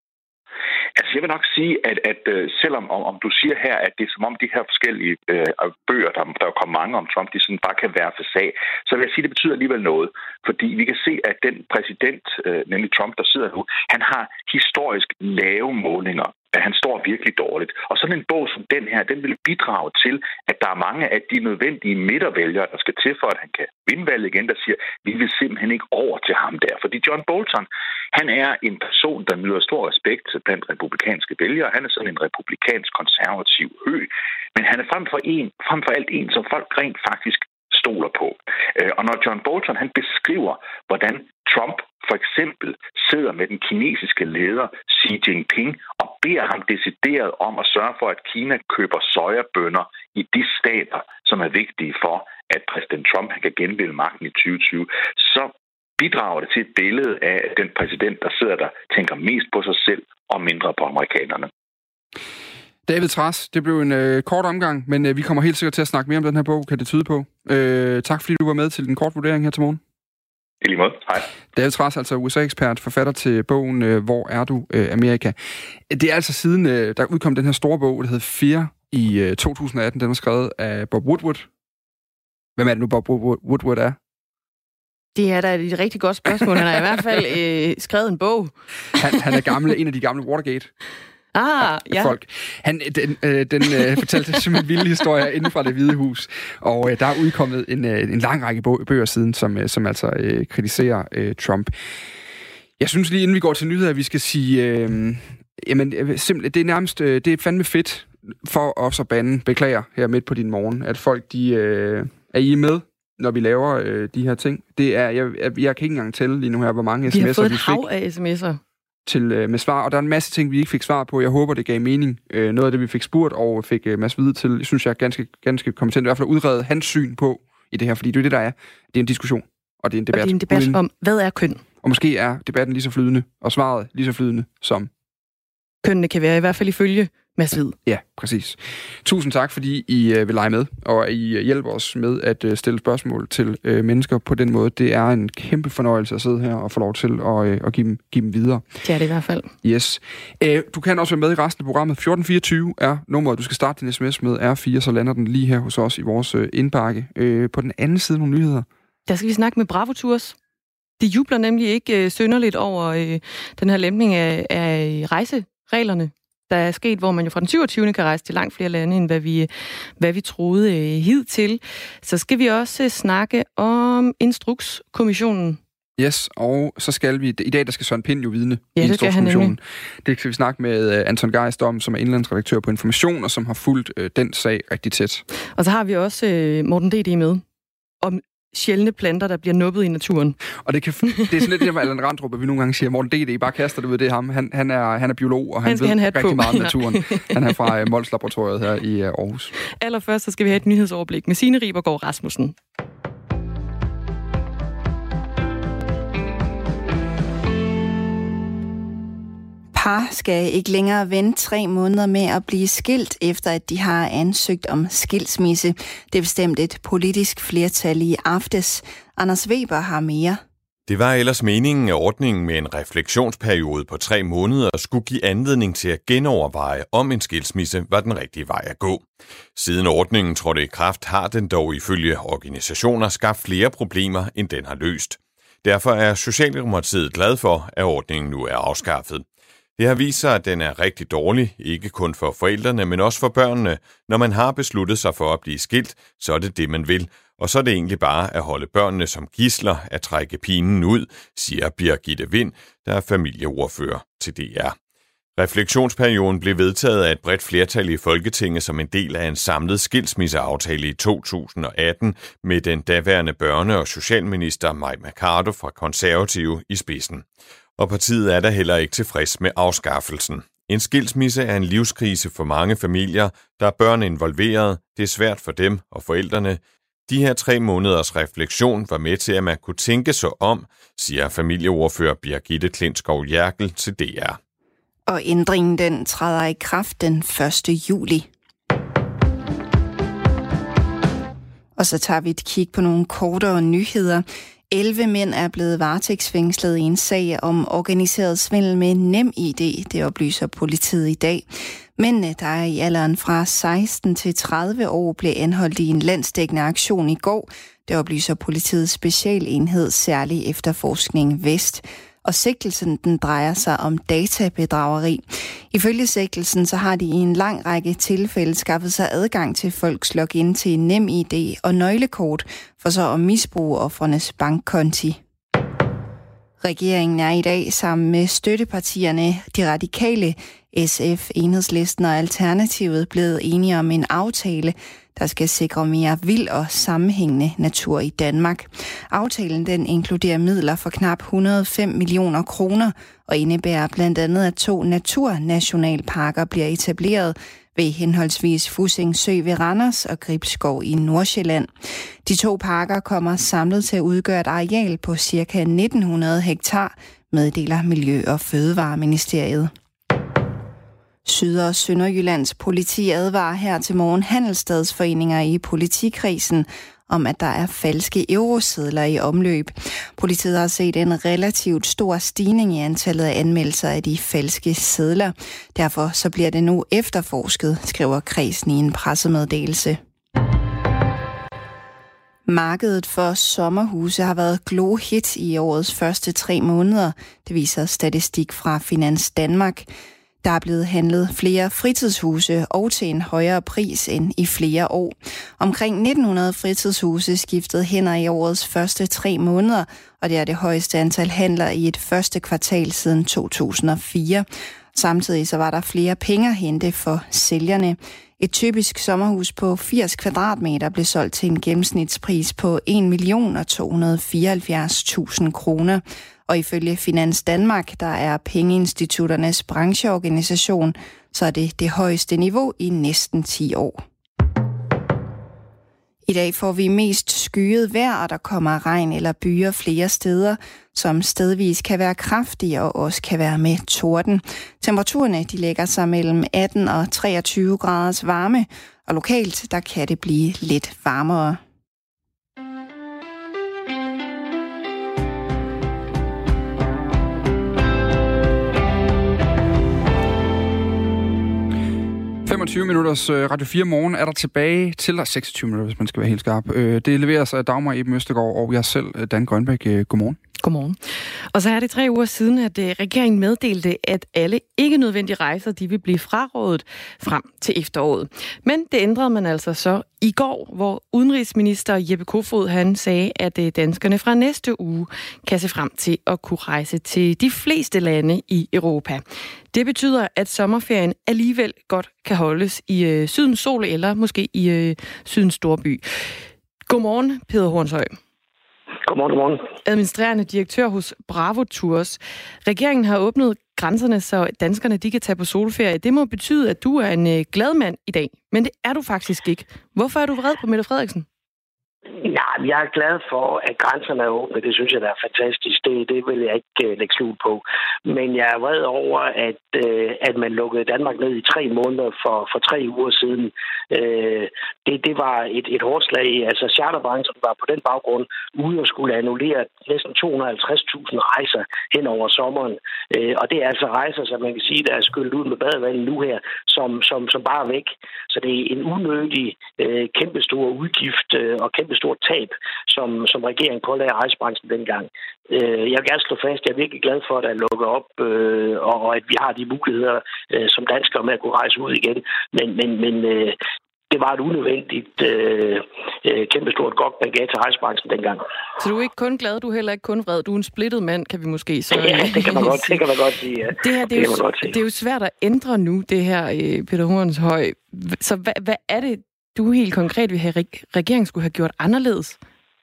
Altså, jeg vil nok sige, at, at uh, selvom om, om du siger her, at det er som om de her forskellige uh, bøger, der, der er kommet mange om Trump, de sådan bare kan være for sag, så vil jeg sige, at det betyder alligevel noget. Fordi vi kan se, at den præsident, uh, nemlig Trump, der sidder nu, han har historisk lave målinger. At han står virkelig dårligt. Og sådan en bog som den her, den vil bidrage til, at der er mange af de nødvendige midtervælgere, der skal til for, at han kan vinde valget igen, der siger, vi vil simpelthen ikke over til ham der. Fordi John Bolton, han er en person, der nyder stor respekt blandt republikanske vælgere. Han er sådan en republikansk konservativ hø. Men han er frem for, en, frem for alt en, som folk rent faktisk stoler på. Og når John Bolton han beskriver, hvordan Trump for eksempel sidder med den kinesiske leder Xi Jinping og beder ham decideret om at sørge for, at Kina køber sojabønner i de stater, som er vigtige for, at præsident Trump kan genvinde magten i tyve tyve, så bidrager det til et billede af den præsident, der sidder der, tænker mest på sig selv og mindre på amerikanerne. David Trads, det blev en øh, kort omgang, men øh, vi kommer helt sikkert til at snakke mere om den her bog, kan det tyde på. Øh, tak fordi du var med til den korte vurdering her til morgen. I lige måde. Hej. David Trads, altså U S A-ekspert, forfatter til bogen øh, Hvor er du, øh, Amerika? Det er altså siden, øh, der udkom den her store bog, der hed Fear i øh, to tusind atten. Den var skrevet af Bob Woodward. Hvem er det nu, Bob Woodward er? Det er da et rigtig godt spørgsmål. Han har i hvert fald øh, skrevet en bog. Han, han er gammel, en af de gamle Watergate. Ah, ja. Folk. Han, den øh, den øh, fortalte simpelthen vilde historier inden fra Det Hvide Hus, og øh, der er udkommet en, øh, en lang række bøger siden, som, øh, som altså øh, kritiserer øh, Trump. Jeg synes lige, inden vi går til nyheder, at vi skal sige, øh, jamen, simpelthen, det er nærmest, øh, det er fandme fedt for os at bande, beklager her midt på din morgen, at folk, de øh, er I med, når vi laver øh, de her ting. Det er, jeg, jeg, jeg kan ikke engang tælle lige nu her, hvor mange sms'er vi fik. Vi har fået et hav af sms'er. Til, øh, med svar, og der er en masse ting, vi ikke fik svar på. Jeg håber, det gav mening. Øh, noget af det, vi fik spurgt og fik øh, Mads vide til, synes jeg er ganske, ganske kompetent. I hvert fald at udrede hans syn på i det her, fordi det er det, der er. Det er en diskussion, og det er en debat. Og det er en debat uden, om, hvad er køn? Og måske er debatten lige så flydende, og svaret lige så flydende som... Kønnene kan være i hvert fald ifølge Mads Hvid. Ja, præcis. Tusind tak, fordi I øh, vil lege med, og I hjælper os med at øh, stille spørgsmål til øh, mennesker på den måde. Det er en kæmpe fornøjelse at sidde her og få lov til at, øh, at give, dem, give dem videre. Det er det i hvert fald. Yes. Øh, du kan også være med i resten af programmet. fjorten fireogtyve er nummeret, du skal starte din sms med R fire, så lander den lige her hos os i vores øh, indbakke. Øh, på den anden side nogle nyheder. Der skal vi snakke med Bravo Tours. De jubler nemlig ikke øh, synderligt over øh, den her lempning af, af rejsereglerne, der er sket, hvor man jo fra den syvogtyvende kan rejse til langt flere lande, end hvad vi, hvad vi troede øh, hidtil. Så skal vi også øh, snakke om Instrukskommissionen. Yes, og så skal vi... I dag, der skal Søren Pind jo vidne ja, i Instrukskommissionen. Det skal vi snakke med uh, Anton Geisdom, som er indlandsredaktør på Information, og som har fulgt uh, den sag rigtig tæt. Og så har vi også uh, Morten D D med om sjældne planter, der bliver nuppet i naturen. Og det, kan, det er sådan lidt det, hvor Allan Randrup, at vi nogle gange siger, Morten D D, bare kaster det ud, det er ham. Han, han, er, han er biolog, og han, han ved rigtig på. meget om naturen. Han er fra uh, Mols-laboratoriet her i uh, Aarhus. Allerførst så skal vi have et nyhedsoverblik med Signe Ribergaard Rasmussen. Par skal ikke længere vente tre måneder med at blive skilt, efter at de har ansøgt om skilsmisse. Det er bestemt et politisk flertal i aftes. Anders Weber har mere. Det var ellers meningen, at ordningen med en refleksionsperiode på tre måneder skulle give anledning til at genoverveje, om en skilsmisse var den rigtige vej at gå. Siden ordningen trådte i kraft, har den dog ifølge organisationer skabt flere problemer, end den har løst. Derfor er Socialdemokratiet glad for, at ordningen nu er afskaffet. Det har vist sig, at den er rigtig dårlig, ikke kun for forældrene, men også for børnene. Når man har besluttet sig for at blive skilt, så er det det, man vil. Og så er det egentlig bare at holde børnene som gidsler, at trække pinen ud, siger Birgitte Vind, der er familieordfører til D R. Refleksionsperioden blev vedtaget af et bredt flertal i Folketinget som en del af en samlet skilsmisseaftale i to tusind og atten med den daværende børne- og socialminister Mai Mercado fra Konservative i spidsen. Og partiet er da heller ikke tilfreds med afskaffelsen. En skilsmisse er en livskrise for mange familier, der er børn involveret, det er svært for dem og forældrene. De her tre måneders refleksion var med til, at man kunne tænke sig om, siger familieordfører Birgitte Klintskov Jerkel til D R. Og ændringen den træder i kraft den første juli. Og så tager vi et kig på nogle kortere nyheder. elleve mænd er blevet varetægtsfængslet i en sag om organiseret svindel med NemID, det oplyser politiet i dag. Mændene, der er i alderen fra seksten til tredive år, blev anholdt i en landsdækkende aktion i går. Det oplyser politiets specialenhed Særlig Efterforskning Vest. Og sigtelsen den drejer sig om databedrageri. Ifølge sigtelsen så har de i en lang række tilfælde skaffet sig adgang til folks login til NemID og nøglekort, for så at misbruge ofrenes bankkonti. Regeringen er i dag sammen med støttepartierne, de radikale, S F, Enhedslisten og Alternativet blevet enige om en aftale, der skal sikre mere vild og sammenhængende natur i Danmark. Aftalen den inkluderer midler for knap et hundrede og fem millioner kroner og indebærer blandt andet, at to naturnationalparker bliver etableret ved henholdsvis Fussing Sø ved Randers og Gribskov i Nordsjælland. De to parker kommer samlet til at udgøre et areal på ca. nitten hundrede hektar, meddeler Miljø- og Fødevareministeriet. Syd- og Sønderjyllands politi advarer her til morgen handelsstadsforeninger i politikredsen om, at der er falske eurosedler i omløb. Politiet har set en relativt stor stigning i antallet af anmeldelser af de falske sedler. Derfor så bliver det nu efterforsket, skriver kredsen i en pressemeddelelse. Markedet for sommerhuse har været glohit i årets første tre måneder. Det viser statistik fra Finans Danmark. Der er blevet handlet flere fritidshuse og til en højere pris end i flere år. Omkring nitten hundrede fritidshuse skiftede hænder i årets første tre måneder, og det er det højeste antal handler i et første kvartal siden to tusind og fire. Samtidig så var der flere penge at hente for sælgerne. Et typisk sommerhus på firs kvadratmeter blev solgt til en gennemsnitspris på en million to hundrede og fireoghalvfjerds tusind kroner. Og ifølge Finans Danmark, der er pengeinstitutternes brancheorganisation, så er det det højeste niveau i næsten ti år. I dag får vi mest skyet vejr, og der kommer regn eller byer flere steder, som stedvis kan være kraftige og også kan være med torden. Temperaturerne de lægger sig mellem atten og treogtyve graders varme, og lokalt der kan det blive lidt varmere. femogtyve minutters Radio fire morgen er der tilbage til seksogtyve minutter, hvis man skal være helt skarp. Det leveres af Dagmar Eben Østergaard og jeg selv, Dan Grønbæk. Godmorgen. Godmorgen. Og så er det tre uger siden, at regeringen meddelte, at alle ikke nødvendige rejser, de vil blive frarådet frem til efteråret. Men det ændrede man altså så i går, hvor udenrigsminister Jeppe Kofod han sagde, at danskerne fra næste uge kan se frem til at kunne rejse til de fleste lande i Europa. Det betyder, at sommerferien alligevel godt kan holdes i øh, Sydens Sol eller måske i øh, Sydens Storby. Godmorgen, Peder Hornshøj. Godmorgen, godmorgen. Administrerende direktør hos Bravo Tours. Regeringen har åbnet grænserne, så danskerne de kan tage på solferie. Det må betyde, at du er en øh, glad mand i dag, men det er du faktisk ikke. Hvorfor er du vred på Mette Frederiksen? Nej, jeg er glad for, at grænserne er åbne. Det synes jeg, der er fantastisk. Det, det vil jeg ikke uh, lægge skjul på. Men jeg er vred over, at, uh, at man lukkede Danmark ned i tre måneder for, for tre uger siden. Uh, det, det var et, et hårdt slag. Altså charterbranchen var på den baggrund ude og skulle annullere næsten to hundrede og halvtreds tusind rejser hen over sommeren. Uh, og det er altså rejser, som man kan sige, der er skyllet ud med badevandet nu her, som, som, som bare er væk. Så det er en unødig, uh, kæmpestor udgift uh, og kæmpe stort tab, som, som regeringen pålagde rejsebranchen dengang. Øh, jeg vil gerne slå fast, at jeg er virkelig glad for, at der er lukket op, øh, og, og at vi har de muligheder øh, som danskere med at kunne rejse ud igen. Men, men, men øh, det var et unødvendigt øh, øh, kæmpestort godt, man gav til rejsebranchen dengang. Så du er ikke kun glad, du er heller ikke kun vred. Du er en splittet mand, kan vi måske så ja, det kan man godt, det kan man godt sige. Ja. Det her, det, det, er jo, det er jo svært at ændre nu, det her, Peter Hornshøj. Så hvad, hvad er det, du helt konkret vil have, regeringen skulle have gjort anderledes?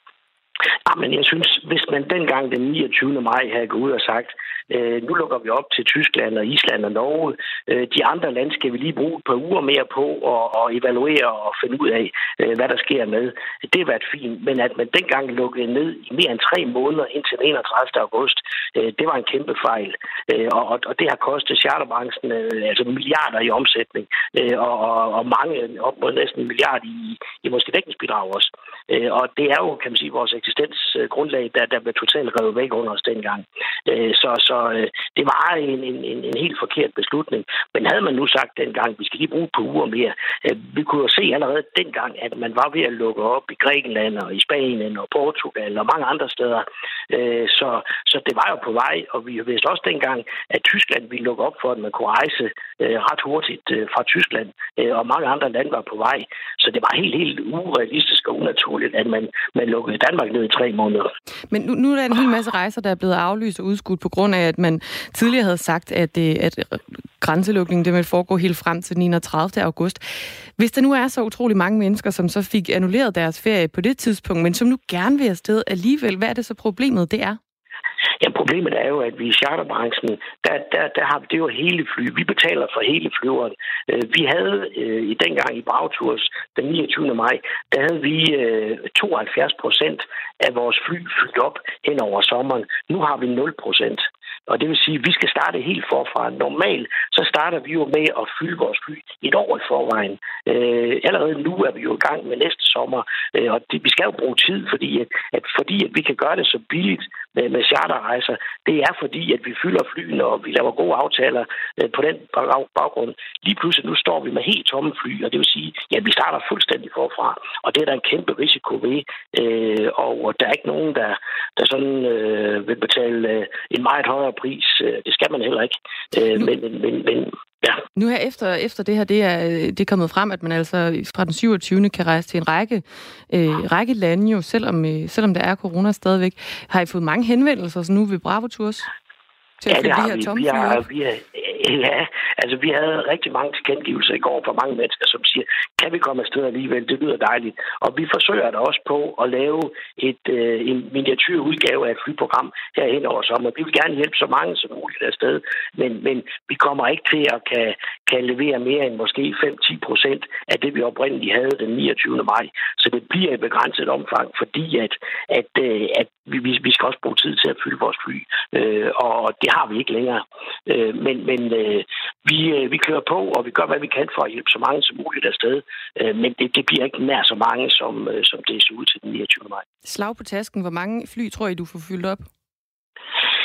Jamen, jeg synes, hvis man dengang den niogtyvende maj havde gået ud og sagt, øh, nu lukker vi op til Tyskland og Island og Norge. Øh, de andre lande skal vi lige bruge et par uger mere på at, at evaluere og finde ud af, øh, hvad der sker med. Det har været fint, men at man dengang lukkede ned i mere end tre måneder indtil den enogtredivte august, øh, det var en kæmpe fejl. Øh, og, og det har kostet charterbranchen øh, altså milliarder i omsætning, øh, og, og, og mange op mod næsten en milliard i, i måske dækningsbidrag også. Øh, og det er jo, kan man sige, vores eksistensgrundlag, der, der blev totalt revet væk under os dengang. Øh, så, så øh, det var en, en, en helt forkert beslutning. Men havde man nu sagt dengang, vi skal lige bruge på uger mere, øh, vi kunne jo se allerede dengang, at man var ved at lukke op i Grækenland og i Spanien og Portugal og mange andre steder. Øh, så, så det var jo på vej, og vi vidste også dengang, at Tyskland ville lukke op for, at man kunne rejse øh, ret hurtigt øh, fra Tyskland, øh, og mange andre lande var på vej. Så det var helt, helt urealistisk og unaturligt, at man, man lukkede Danmark ned i tre måneder. Men nu, nu er der en hel masse rejser, der er blevet aflyst og udskudt på grund af, at man tidligere havde sagt, at, at grænselukningen det ville foregå helt frem til den enogtredivte august. Hvis der nu er så utrolig mange mennesker, som så fik annulleret deres ferie på det tidspunkt, men som nu gerne vil afsted alligevel, hvad er det så problemet det er? Ja, problemet er jo, at vi i charterbranchen, der, der, der har vi det jo hele fly. Vi betaler for hele flyveren. Vi havde øh, i dengang i Bravo Tours den niogtyvende maj, der havde vi øh, tooghalvfjerds procent af vores fly fyldt op hen over sommeren. Nu har vi nul procent. Og det vil sige, at vi skal starte helt forfra. Normalt så starter vi jo med at fylde vores fly et år i forvejen. Øh, allerede nu er vi jo i gang med næste sommer, øh, og det, vi skal jo bruge tid, fordi at, at, fordi at vi kan gøre det så billigt med, med charterrejser. Det er fordi, at vi fylder flyene, og vi laver gode aftaler øh, på den baggrund. Lige pludselig nu står vi med helt tomme fly, og det vil sige, at ja, vi starter fuldstændig forfra. Og det er der en kæmpe risiko ved, øh, og der er ikke nogen, der, der sådan øh, vil betale øh, en meget højere pris. Det skal man heller ikke. Nu, men, men, men, ja. Nu her efter, efter det her, det er, det er kommet frem, at man altså fra den syvogtyvende kan rejse til en række, øh, række lande, jo, selvom, øh, selvom der er corona stadigvæk. Har I fået mange henvendelser så nu ved Bravo Tours? Til ja, at det har de her vi. Vi har, vi har, ja, altså vi havde rigtig mange tilkendegivelser i går fra mange mennesker, som siger, kan vi komme afsted alligevel? Det lyder dejligt. Og vi forsøger da også på at lave et, øh, en miniatyrudgave af et flyprogram herhen over sommer. Vi vil gerne hjælpe så mange som muligt afsted, men, men vi kommer ikke til at kan, kan levere mere end måske fem til ti procent af det, vi oprindeligt havde den niogtyvende maj. Så det bliver et begrænset omfang, fordi at, at, øh, at vi, vi skal også bruge tid til at fylde vores fly. Øh, og det har vi ikke længere. Øh, men men øh, vi, øh, vi kører på, og vi gør, hvad vi kan for at hjælpe så mange som muligt afsted. Øh, men det, det bliver ikke nær så mange, som, øh, som det ser ud til den niogtyvende maj. Slag på tasken. Hvor mange fly tror I, du får fyldt op?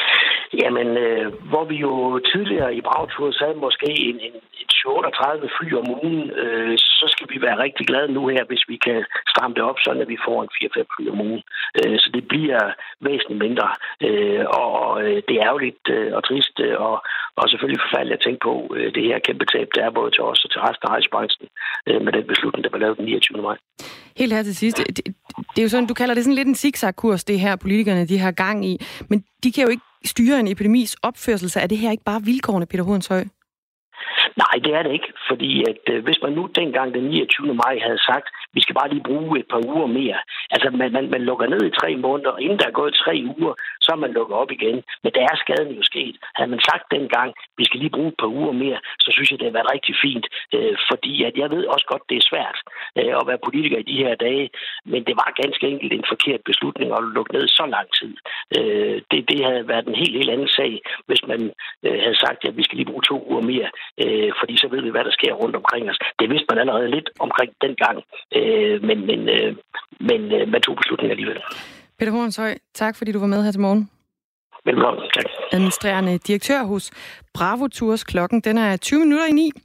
Jamen, øh, hvor vi jo tidligere i Bragtur sad måske en, en, en syvogtredive fly om ugen, øh, så skal vi være rigtig glade nu her, hvis vi kan stramme det op, sådan at vi får en fire fem fly om ugen. Øh, så det bliver væsentligt mindre. Øh, og øh, det er jo lidt øh, og trist, øh, og, og selvfølgelig forfærdeligt at tænke på øh, det her kæmpe tab, der er både til os og til resten af rejsebranchen øh, med den beslutning, der blev lavet den niogtyvende maj. Helt her til sidst. Det, det er jo sådan, du kalder det sådan lidt en zigzag-kurs, det her politikerne de har gang i. Men de kan jo ikke styre en epidemis opførselse. Er det her ikke bare vilkårene, Peter Hornshøj? Nej, det er det ikke, fordi at øh, hvis man nu dengang den niogtyvende maj havde sagt, vi skal bare lige bruge et par uger mere. Altså, man, man, man lukker ned i tre måneder, og inden der er gået tre uger, så er man lukket op igen. Men der er skaden jo sket. Havde man sagt dengang, vi skal lige bruge et par uger mere, så synes jeg, det har været rigtig fint. Øh, fordi at jeg ved også godt, det er svært øh, at være politiker i de her dage, men det var ganske enkelt en forkert beslutning at lukke ned så lang tid. Øh, det, det havde været en helt, helt anden sag, hvis man øh, havde sagt, at vi skal lige bruge to uger mere. Øh, fordi så ved vi, hvad der sker rundt omkring os. Det vidste man allerede lidt omkring dengang, øh, men, men, øh, men øh, man tog beslutningen alligevel. Peter Hornshøj, tak fordi du var med her til morgen. Velkommen, tak. Administrerende direktør hos Bravo Tours. Klokken den er tyve minutter i ni.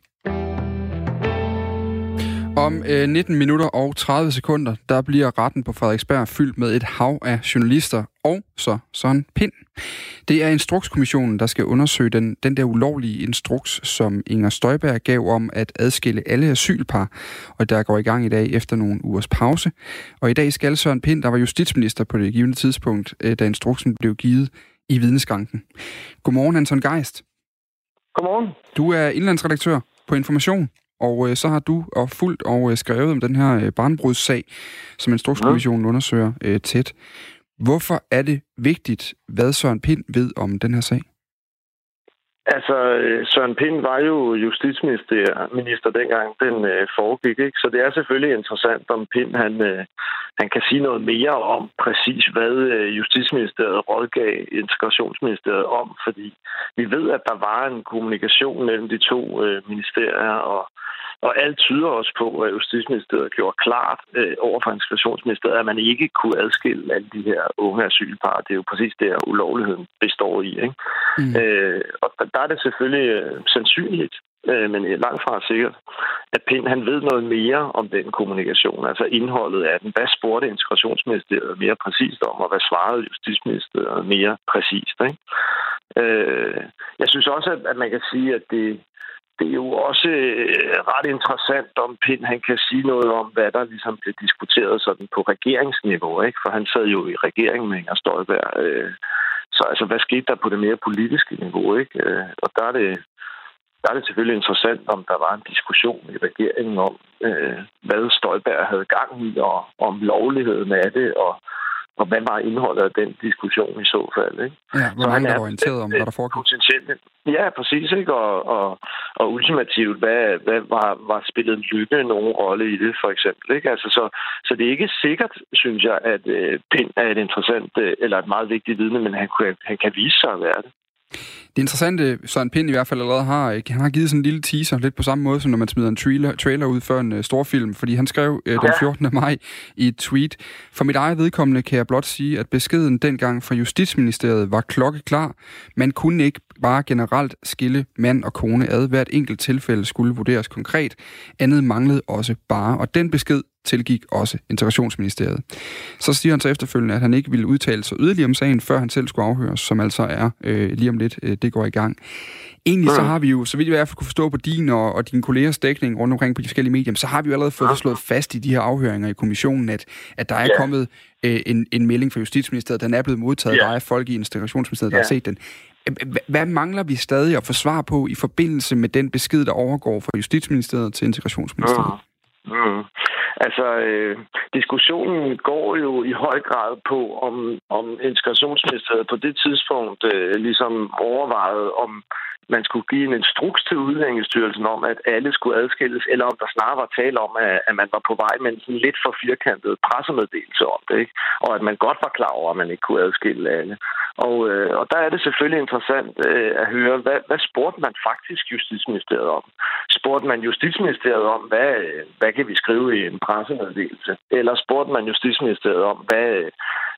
Om øh, nitten minutter og tredive sekunder, der bliver retten på Frederiksberg fyldt med et hav af journalister og så Søren Pind. Det er Instrukskommissionen, der skal undersøge den, den der ulovlige instruks, som Inger Støjberg gav om at adskille alle asylpar, og der går i gang i dag efter nogle ugers pause. Og i dag skal Søren Pind, der var justitsminister på det givne tidspunkt, øh, da instruksen blev givet i vidneskranken. Godmorgen, Anton Geist. Godmorgen. Du er indlandsredaktør på Information. Og øh, så har du og fulgt og øh, skrevet om den her øh, barnebrudssag, som Instrukskommissionen undersøger øh, tæt. Hvorfor er det vigtigt, hvad Søren Pind ved om den her sag? Altså, Søren Pind var jo justitsminister dengang den øh, foregik, ikke? Så det er selvfølgelig interessant, om Pind han, øh, han kan sige noget mere om præcis, hvad øh, Justitsministeriet rådgav Integrationsministeriet om, fordi vi ved, at der var en kommunikation mellem de to øh, ministerier, og Og alt tyder også på, at Justitsministeriet gjorde klart øh, over for Integrationsministeriet, at man ikke kunne adskille alle de her unge asylpar. Det er jo præcis der, ulovligheden består i. Ikke? Mm. Øh, og der er det selvfølgelig øh, sandsynligt, øh, men langt fra sikkert, at Pind han ved noget mere om den kommunikation, altså indholdet af den. Hvad spurgte Integrationsministeriet mere præcist om, og hvad svarede Justitsministeriet mere præcist? Ikke? Øh, jeg synes også, at, at man kan sige, at det Det er jo også øh, ret interessant, om Pind han kan sige noget om, hvad der ligesom blev diskuteret sådan på regeringsniveau, ikke? For han sad jo i regeringen med Inger Støjberg. Øh, så altså, hvad skete der på det mere politiske niveau, ikke? Øh, og der er, det, der er det selvfølgelig interessant, om der var en diskussion i regeringen om, øh, hvad Støjberg havde gang i, og om lovligheden af det, og Og hvad var indholdet af den diskussion i så fald, ikke? Ja, hvor mange der var orienteret om, hvad der foregik. Potentielt. Ja, præcis, ikke? Og, og, og ultimativt, hvad, hvad var, var spillet Lykke nogen rolle i det, for eksempel, ikke? Altså, så, så det er ikke sikkert, synes jeg, at øh, Pind er et interessant, øh, eller et meget vigtigt vidne, men han, han kan vise sig at være det. Det interessante, Søren Pind i hvert fald allerede har, han har givet sådan en lille teaser, lidt på samme måde, som når man smider en trailer, trailer ud før en uh, storfilm, fordi han skrev uh, den fjortende maj i et tweet: "For mit eget vedkommende kan jeg blot sige, at beskeden dengang fra Justitsministeriet var klokkeklar. Man kunne ikke bare generelt skille mand og kone ad. Hvert enkelt tilfælde skulle vurderes konkret. Andet manglede også bare, og den besked tilgik også Integrationsministeriet." Så siger han så efterfølgende, at han ikke ville udtale sig yderligere om sagen, før han selv skulle afhøres, som altså er øh, lige om lidt, øh, det går i gang. Egentlig så har vi jo, så vidt jeg i hvert fald kunne forstå på din og, og dine kollegers dækning rundt omkring på de forskellige medier, så har vi jo allerede fået slået fast i de her afhøringer i kommissionen, at, at der er yeah. kommet øh, en, en melding fra Justitsministeriet, den er blevet modtaget yeah. af folk i Integrationsministeriet, der yeah. har set den. Hvad mangler vi stadig at få svar på i forbindelse med den besked, der overgår fra Justitsministeriet til Integrationsministeriet? Mm. Mm. Altså, øh, diskussionen går jo i høj grad på, om, om Integrationsministeriet på det tidspunkt øh, ligesom overvejede, om man skulle give en instruks til Udlændingestyrelsen om, at alle skulle adskilles, eller om der snarere var tale om, at, at man var på vej med en sådan lidt for firkantet pressemeddelelse om det, ikke? Og at man godt var klar over, at man ikke kunne adskille alle. Og, øh, og der er det selvfølgelig interessant øh, at høre, hvad, hvad spurgte man faktisk Justitsministeriet om? Spurgte man Justitsministeriet om, hvad, hvad kan vi skrive i en pressemeddelelse? Eller spurgte man Justitsministeriet om, hvad,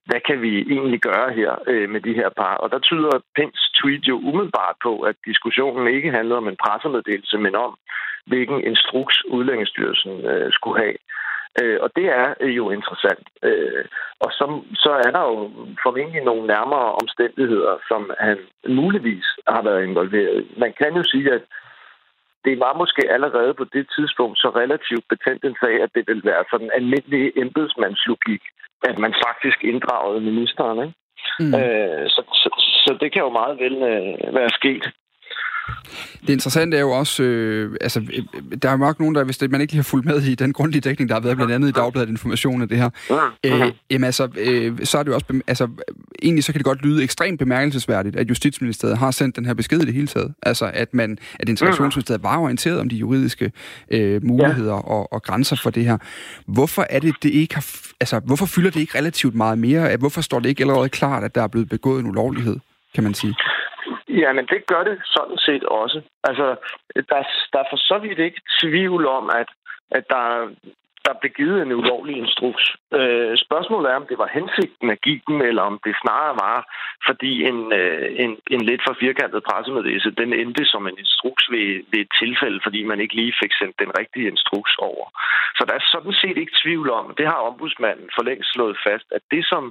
hvad kan vi egentlig gøre her øh, med de her par? Og der tyder Pinds tweet jo umiddelbart på, at diskussionen ikke handlede om en pressemeddelelse, men om, hvilken instruks Udlændingsstyrelsen øh, skulle have. Øh, og det er øh, jo interessant. Øh, og så, så er der jo formentlig nogle nærmere omstændigheder, som han muligvis har været involveret i. Man kan jo sige, at det var måske allerede på det tidspunkt så relativt betændt en sag, at det ville være sådan en almindelig embedsmandslogik, at man faktisk inddragede ministeren. Ikke? Mm. Øh, så, så, så det kan jo meget vel øh, være sket. Det interessante er jo også, øh, altså, der er jo nok nogen, der, hvis det, man ikke lige har fulgt med i den grundige dækning, der har været blandt andet i Dagbladet Information af det her, øh, jamen altså, øh, så er det jo også, altså, egentlig så kan det godt lyde ekstremt bemærkelsesværdigt, at Justitsministeriet har sendt den her besked i det hele taget. Altså, at man, at Integrationsministeriet var orienteret om de juridiske øh, muligheder og, og grænser for det her. Hvorfor er det, det ikke har, altså, hvorfor fylder det ikke relativt meget mere? Hvorfor står det ikke allerede klart, at der er blevet begået en ulovlighed, kan man sige? Ja, men det gør det sådan set også. Altså, der, der er for så vidt ikke tvivl om, at, at der, der blev givet en ulovlig instruks. Øh, spørgsmålet er, om det var hensigten at give dem, eller om det snarere var, fordi en, en, en lidt for firkantet pressemeddelelse, den endte som en instruks ved, ved et tilfælde, fordi man ikke lige fik sendt den rigtige instruks over. Så der er sådan set ikke tvivl om, det har ombudsmanden for længst slået fast, at det som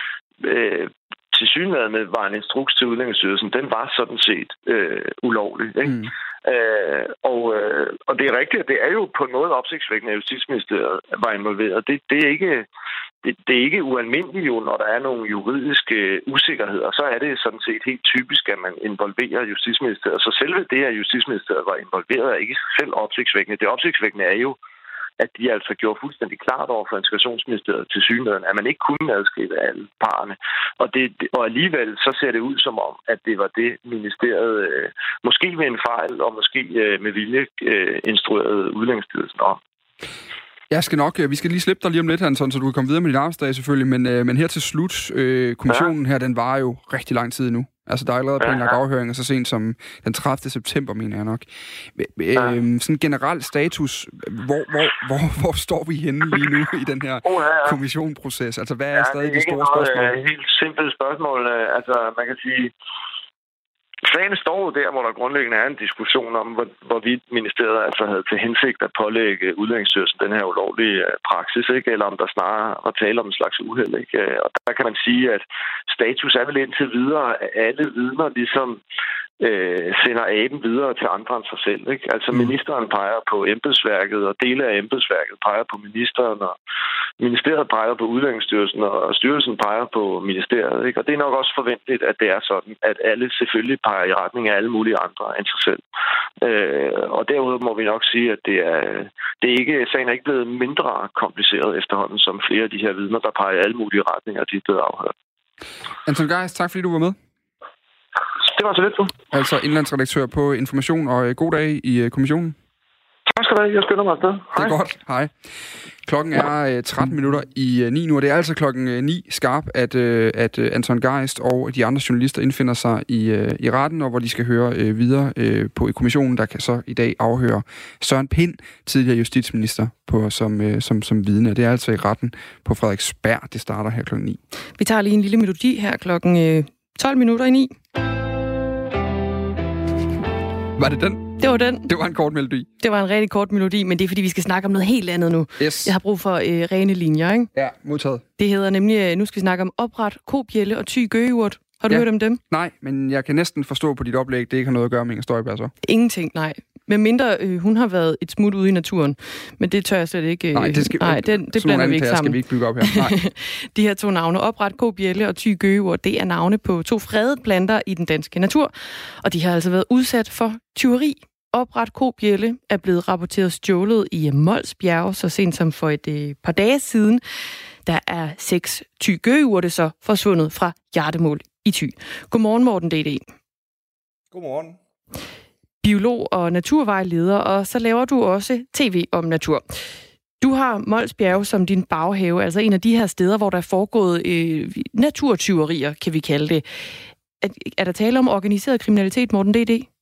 øh, tilsyneladende var en instruks til Udlændingsstyrelsen, den var sådan set øh, ulovlig. Ikke? Mm. Øh, og, øh, og det er rigtigt, at det er jo på en måde opsigtsvækkende, at Justitsministeriet var involveret. Det, det, er ikke, det, det er ikke ualmindeligt jo, når der er nogle juridiske usikkerheder. Så er det sådan set helt typisk, at man involverer Justitsministeriet. Så selve det, at Justitsministeriet var involveret, er ikke selv opsigtsvækkende. Det opsigtsvækkende er jo, at de altså gjorde fuldstændig klart over for Integrationsministeriet til synligheden, at man ikke kunne adskille alle parerne. Og, det, og alligevel så ser det ud som om, at det var det ministeriet, øh, måske med en fejl, og måske øh, med vilje øh, instruerede Udlændingsstyrelsen om. Jeg skal nok, vi skal lige slippe dig lige om lidt, Anton, så du kan komme videre med din arbejdsdag selvfølgelig, men, øh, men her til slut, øh, kommissionen her, den varer jo rigtig lang tid nu. Altså, der er allerede planlagt afhøringer så sent som den tredivte september, mener jeg nok. Øh, sådan generel status, hvor, hvor, hvor, hvor står vi henne lige nu i den her kommissionproces? Altså, hvad er ja, stadig det store spørgsmål? Det er et helt simpelt spørgsmål. Altså, man kan sige, sagen står jo der, hvor der grundlæggende er en diskussion om, hvor, hvorvidt ministeriet altså havde til hensigt at pålægge Udlændingsstyrelsen den her ulovlige praksis, ikke? Eller om der snarere var tale om en slags uheld. Ikke? Og der kan man sige, at status er vel indtil videre, at alle vidner ligesom øh, sender aben videre til andre end sig selv. Ikke? Altså mm. ministeren peger på embedsværket, og dele af embedsværket peger på ministeren, og ministeriet peger på Udlændingsstyrelsen, og styrelsen peger på ministeriet. Ikke? Og det er nok også forventeligt, at det er sådan, at alle selvfølgelig peger i retning af alle mulige andre end sig selv. Øh, og derudover må vi nok sige, at det er, det er ikke, sagen er ikke blevet mindre kompliceret efterhånden, som flere af de her vidner, der peger i alle mulige retninger, de er blevet afhørt. Anton Geist, tak fordi du var med. Det var så lidt, du. Altså indlandsredaktør på Information, og god dag i kommissionen. Tak skal du have. Jeg skynder mig afsted. Det er godt. Hej. Klokken er tretten minutter i ni nu, og det er altså klokken ni skarp, at, at Anton Geist og de andre journalister indfinder sig i, i retten, og hvor de skal høre videre på i kommissionen, der kan så i dag afhøre Søren Pind, tidligere justitsminister, på, som, som, som vidne. Det er altså i retten på Frederiksberg. Det starter her klokken ni. Vi tager lige en lille melodi her klokken tolv minutter i ni. Var det den? Det var den. Det var en kort melodi. Det var en rigtig kort melodi, men det er, fordi vi skal snakke om noget helt andet nu. Yes. Jeg har brug for øh, rene linjer, ikke? Ja, modtaget. Det hedder nemlig, nu skal vi snakke om opret, kobjælle og ty gøgeurt. Har du ja. hørt om dem? Nej, men jeg kan næsten forstå på dit oplæg, det ikke har noget at gøre med Inger Støjberg så. Ingenting, nej. Men mindre øh, hun har været et smut ude i naturen. Men det tør jeg slet ikke. Øh, nej, det, skal, nej, det, det blander vi ikke sammen. Skal vi ikke bygge op her. Nej. De her to navne, opret, kobjælle og ty gøgeurt, det er navne på to fredede planter i den danske natur. Og de har altså været udsat for tyveri. Opret kobjælle er blevet rapporteret stjålet i Mols Bjerge så sent som for et øh, par dage siden. Der er seks ty gøgeurte så forsvundet fra Hjartemål i Thy. Godmorgen, Morten D D. Godmorgen. Biolog og naturvejleder, og så laver du også tv om natur. Du har Mols Bjerge som din baghave, altså en af de her steder, hvor der er foregået øh, naturtyverier, kan vi kalde det. Er, er der tale om organiseret kriminalitet, Morten D D?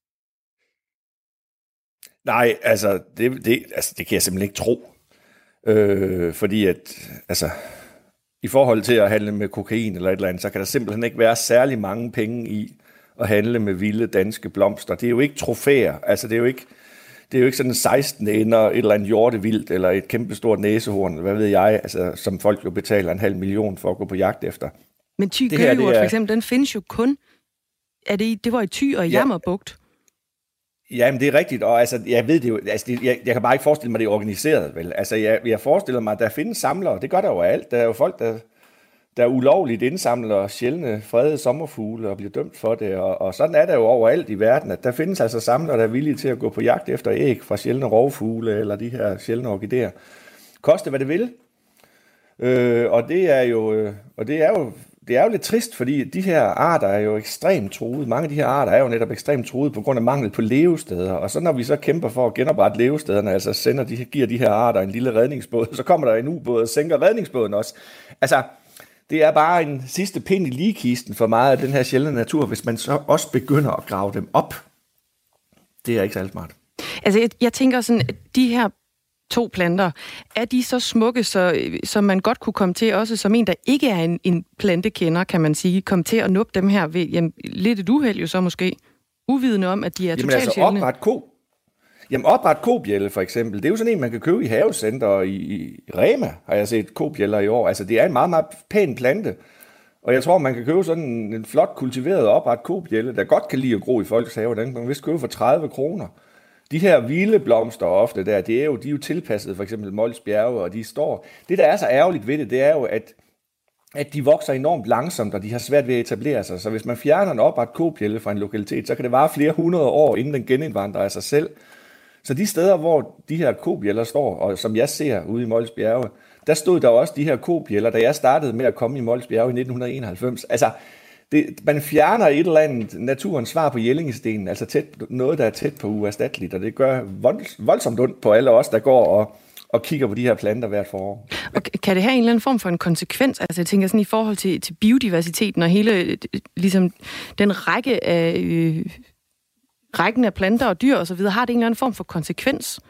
Nej, altså det, det, altså, det kan jeg simpelthen ikke tro. Øh, fordi at, altså, i forhold til at handle med kokain eller et eller andet, så kan der simpelthen ikke være særlig mange penge i at handle med vilde danske blomster. Det er jo ikke trofæer, altså det er jo ikke, det er jo ikke sådan seksten ender, et eller andet hjortevildt, eller et kæmpestort næsehorn, hvad ved jeg, altså, som folk jo betaler en halv million for at gå på jagt efter. Men Thy Gøgeurt for eksempel, den findes jo kun, er det, i, det var i Thy og i ja. Jammerbugt. Jamen, det er rigtigt, og altså, jeg ved det jo, altså, det, jeg, jeg kan bare ikke forestille mig, det er organiseret, vel? Altså, jeg, jeg forestiller mig, at der findes samlere, det gør der jo alt. Der er jo folk, der, der ulovligt indsamler sjældne fredede sommerfugle og bliver dømt for det, og, og sådan er der jo overalt i verden, at der findes altså samlere, der er villige til at gå på jagt efter æg fra sjældne rovfugle eller de her sjældne orkideer. Koste hvad det vil. Øh, og det er jo, øh, og det er jo Det er jo lidt trist, fordi de her arter er jo ekstremt truede. Mange af de her arter er jo netop ekstremt truede på grund af mangel på levesteder. Og så når vi så kæmper for at genoprette levestederne, altså sender de, giver de her arter en lille redningsbåd, så kommer der en ubåd og sænker redningsbåden også. Altså, det er bare en sidste pind i ligekisten for meget af den her sjældne natur, hvis man så også begynder at grave dem op. Det er ikke særlig smart. Altså, jeg, jeg tænker sådan, at de her to planter, er de så smukke, så, så man godt kunne komme til, også som en, der ikke er en, en plantekender, kan man sige, komme til at nuppe dem her ved, jamen, lidt et uheld jo så måske, uvidende om, at de er totalt altså, sjældne. Opret ko. Jamen opret kobjælle for eksempel, det er jo sådan en, man kan købe i havecenter i, i Rema, har jeg set kobjæller i år. Altså det er en meget, meget pæn plante, og jeg tror, man kan købe sådan en, en flot kultiveret opret kobjælle, der godt kan lide at gro i folks have, den kan man vist købe for tredive kroner. De her vilde blomster ofte der, det er jo, de er jo tilpasset for eksempel Mols Bjerge, og de står. Det, der er så ærgerligt ved det, det er jo, at, at de vokser enormt langsomt, og de har svært ved at etablere sig. Så hvis man fjerner en opret kobjælle fra en lokalitet, så kan det vare flere hundrede år, inden den genindvandrer af sig selv. Så de steder, hvor de her kobjæller står, og som jeg ser ude i Mols Bjerge, der stod der også de her kobjæller, da jeg startede med at komme i Mols Bjerge i nitten enoghalvfems. Altså, Det, man fjerner et eller andet naturens svar på Jellingestenen, altså tæt, noget, der er tæt på uerstatteligt, og det gør vold, voldsomt ondt på alle os, der går og, og kigger på de her planter hvert forår. Og kan det have en eller anden form for en konsekvens? Altså jeg tænker sådan i forhold til, til biodiversiteten og hele ligesom den række af, øh, rækken af planter og dyr og så videre, har det en eller anden form for konsekvens?